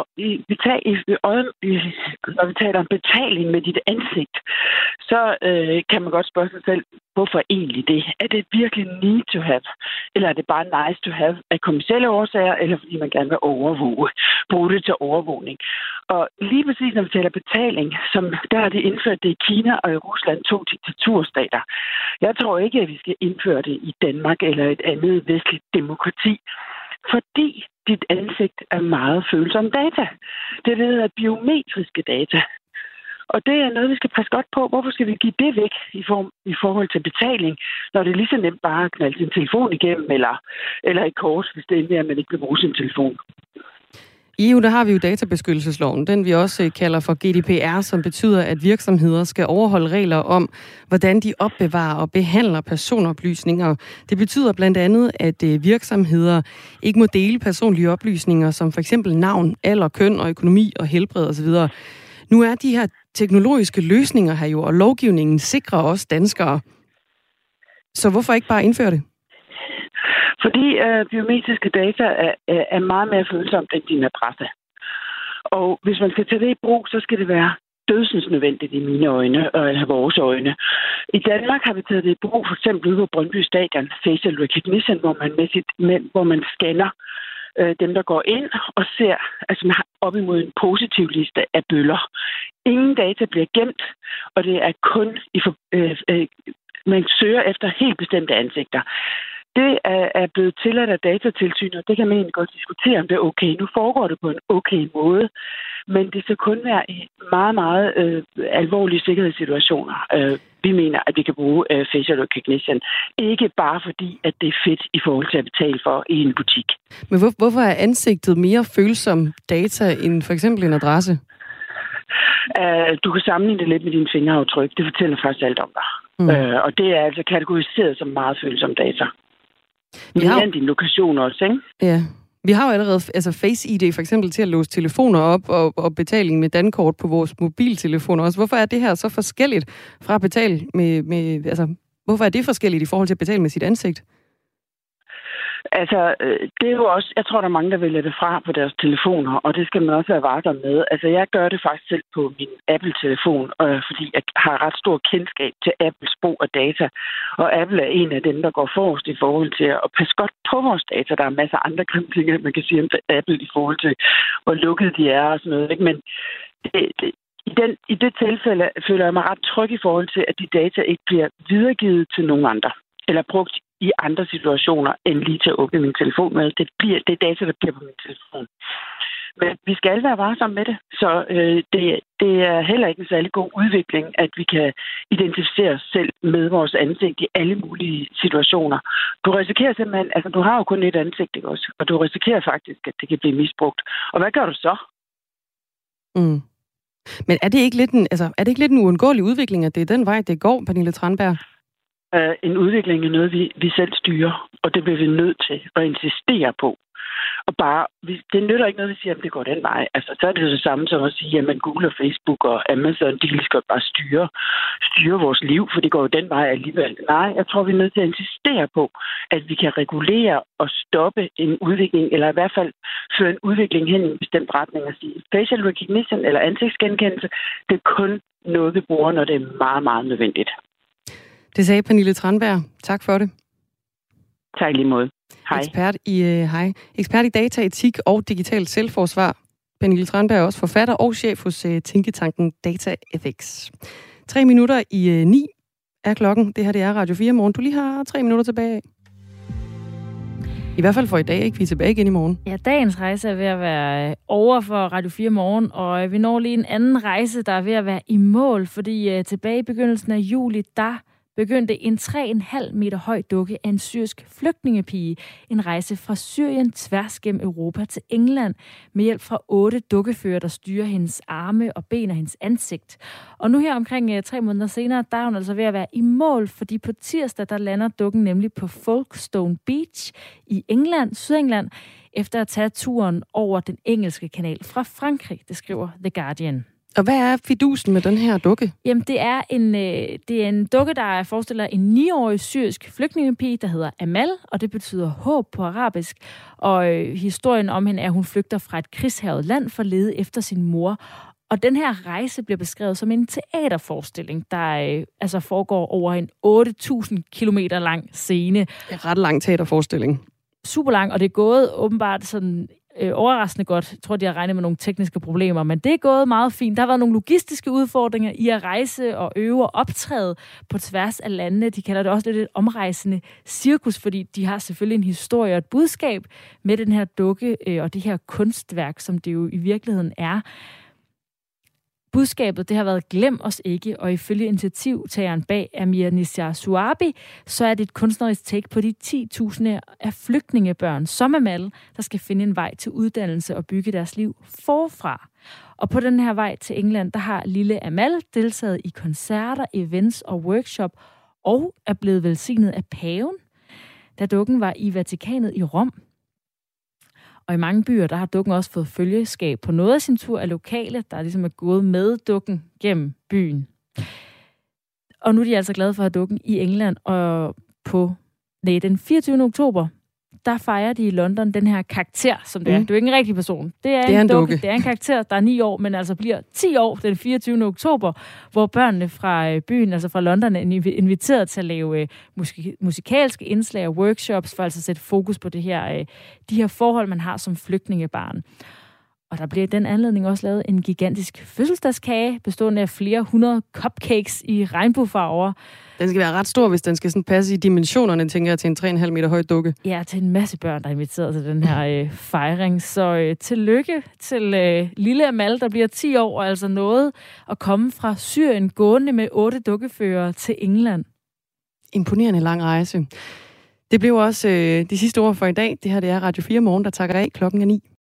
når vi taler om betaling med dit ansigt, så kan man godt spørge sig selv, hvorfor egentlig det? Er det virkelig need to have? Eller er det bare nice to have af kommercielle årsager, eller fordi man gerne vil bruge det til overvågning? Og lige præcis når vi taler betaling, der har de indført det i Kina og i Rusland, 2 diktaturstater. Jeg tror ikke, at vi skal indføre det i Danmark eller et andet vestligt demokrati, fordi dit ansigt er meget følsom data. Det er biometriske data. Og det er noget, vi skal passe godt på. Hvorfor skal vi give det væk i forhold til betaling, når det er lige så nemt bare at knalde sin telefon igennem, eller et kort, hvis det er, at man ikke vil bruge sin telefon. I EU, der har vi jo databeskyttelsesloven, den vi også kalder for GDPR, som betyder, at virksomheder skal overholde regler om, hvordan de opbevarer og behandler personoplysninger. Det betyder blandt andet, at virksomheder ikke må dele personlige oplysninger, som for eksempel navn, alder, køn og økonomi og helbred osv. Nu er de her teknologiske løsninger her jo, og lovgivningen sikrer også danskere. Så hvorfor ikke bare indføre det? Fordi biometriske data er meget mere følsomt end din adresse. Og hvis man skal tage det i brug, så skal det være dødsensnødvendigt i mine øjne, eller vores øjne. I Danmark har vi taget det i brug, for eksempel ude på Brøndby Stadion, facial recognition, hvor man scanner dem, der går ind og ser, altså man har op imod en positiv liste af bøller. Ingen data bliver gemt, og det er kun man søger efter helt bestemte ansigter. Det er blevet tilladt af Datatilsynet, og det kan man egentlig godt diskutere, om det er okay. Nu foregår det på en okay måde, men det skal kun være i meget, meget alvorlige sikkerhedssituationer. Vi mener, at vi kan bruge facial recognition. Ikke bare fordi, at det er fedt i forhold til at betale for i en butik. Men hvorfor er ansigtet mere følsom data end for eksempel en adresse? Du kan sammenligne det lidt med dine fingeraftryk. Det fortæller faktisk alt om dig. Og det er altså kategoriseret som meget følsom data. Vi har din lokation også, ikke? Ja. Vi har jo allerede Face ID for eksempel til at låse telefoner op og betaling med dankort på vores mobiltelefoner også. Hvorfor er det her så forskelligt fra at betale med hvorfor er det forskelligt i forhold til at betale med sit ansigt? Altså, det er jo også, jeg tror, der er mange, der vælger det fra på deres telefoner, og det skal man også være varsom med. Altså, jeg gør det faktisk selv på min Apple-telefon, fordi jeg har ret stor kendskab til Apples brug af data. Og Apple er en af dem, der går forrest i forhold til at passe godt på vores data. Der er masser af andre grimme ting, man kan sige om Apple i forhold til, hvor lukket de er og sådan noget. Ikke? Men i det tilfælde føler jeg mig ret tryg i forhold til, at de data ikke bliver videregivet til nogen andre, eller brugt i andre situationer, end lige til at åbne min telefon med. Det er data, der bliver på min telefon. Men vi skal være varsomme med det, så det er heller ikke en særlig god udvikling, at vi kan identificere os selv med vores ansigt i alle mulige situationer. Du risikerer simpelthen, altså du har jo kun et ansigt, ikke også? Og du risikerer faktisk, at det kan blive misbrugt. Og hvad gør du så? Men er det ikke lidt en uundgåelig udvikling, at det er den vej, det går, Pernille Tranberg? En udvikling er noget, vi selv styrer, og det bliver vi nødt til at insistere på. Og det nytter ikke noget, vi siger, at det går den vej. Altså, så er det jo det samme som at sige, at Google og Facebook og Amazon, de skal bare styre vores liv, for det går jo den vej alligevel. Nej, jeg tror, vi er nødt til at insistere på, at vi kan regulere og stoppe en udvikling, eller i hvert fald føre en udvikling hen i en bestemt retning og sige, facial recognition eller ansigtsgenkendelse, det er kun noget, vi bruger, når det er meget, meget nødvendigt. Det sagde Pernille Tranberg. Tak for det. Tak lige måde. Hej. Ekspert i dataetik og digital selvforsvar. Pernille Tranberg er også forfatter og chef hos tænketanken DataFX. 3 minutter i 9 er klokken. Det her det er Radio 4 morgen. Du lige har 3 minutter tilbage. I hvert fald for i dag, ikke? Vi er tilbage igen i morgen. Ja, dagens rejse er ved at være over for Radio 4 morgen, og vi når lige en anden rejse, der er ved at være i mål, fordi tilbage i begyndelsen af juli, der begyndte en 3,5 meter høj dukke af en syrisk flygtningepige en rejse fra Syrien tværs gennem Europa til England med hjælp fra 8 dukkefører, der styrer hendes arme og ben og hendes ansigt. Og nu her omkring 3 måneder senere, der er hun altså ved at være i mål, fordi på tirsdag, der lander dukken nemlig på Folkestone Beach i England, Sydengland, efter at tage turen over den engelske kanal fra Frankrig, det skriver The Guardian. Og hvad er fidusen med den her dukke? Jamen, det er en dukke, der forestiller en 9-årig syrisk flygtningepige, der hedder Amal, og det betyder håb på arabisk. Og historien om hende er, at hun flygter fra et krigshærget land for at lede efter sin mor. Og den her rejse bliver beskrevet som en teaterforestilling, der altså foregår over en 8.000 kilometer lang scene. En ret lang teaterforestilling. Super lang, og det er gået åbenbart sådan overraskende godt. Jeg tror, de har regnet med nogle tekniske problemer, men det er gået meget fint. Der har været nogle logistiske udfordringer i at rejse og øve og optræde på tværs af landene. De kalder det også lidt et omrejsende cirkus, fordi de har selvfølgelig en historie og et budskab med den her dukke og det her kunstværk, som det jo i virkeligheden er. Budskabet, det har været glem os ikke, og ifølge initiativtageren bag Amir Nisar Suabi, så er det et kunstnerisk take på de 10.000 af flygtningebørn som Amal, der skal finde en vej til uddannelse og bygge deres liv forfra. Og på den her vej til England, der har lille Amal deltaget i koncerter, events og workshop, og er blevet velsignet af paven, da dukken var i Vatikanet i Rom. Og i mange byer, der har dukken også fået følgeskab på noget af sin tur af lokale, der ligesom er gået med dukken gennem byen. Og nu er de altså glade for at have dukken i England, og den 24. oktober, der fejrer de i London den her karakter, som det er. Det er jo ikke en rigtig person. Det er en dukke. Det er en karakter, der er 9 år, men altså bliver 10 år den 24. oktober, hvor børnene fra byen, altså fra London, er inviteret til at lave musikalske indslag og workshops, for altså at sætte fokus på de her forhold, man har som flygtningebarn. Og der bliver i den anledning også lavet en gigantisk fødselsdagskage, bestående af flere 100 cupcakes i regnbuefarver. Den skal være ret stor, hvis den skal sådan passe i dimensionerne, tænker jeg, til en 3,5 meter høj dukke. Ja, til en masse børn, der er inviteret til den her fejring. Så tillykke til lille Amal, der bliver 10 år, og altså noget at komme fra Syrien gående med 8 dukkeførere til England. Imponerende lang rejse. Det blev også de sidste ord for i dag. Det her det er Radio 4 Morgen, der takker af. Klokken er 9.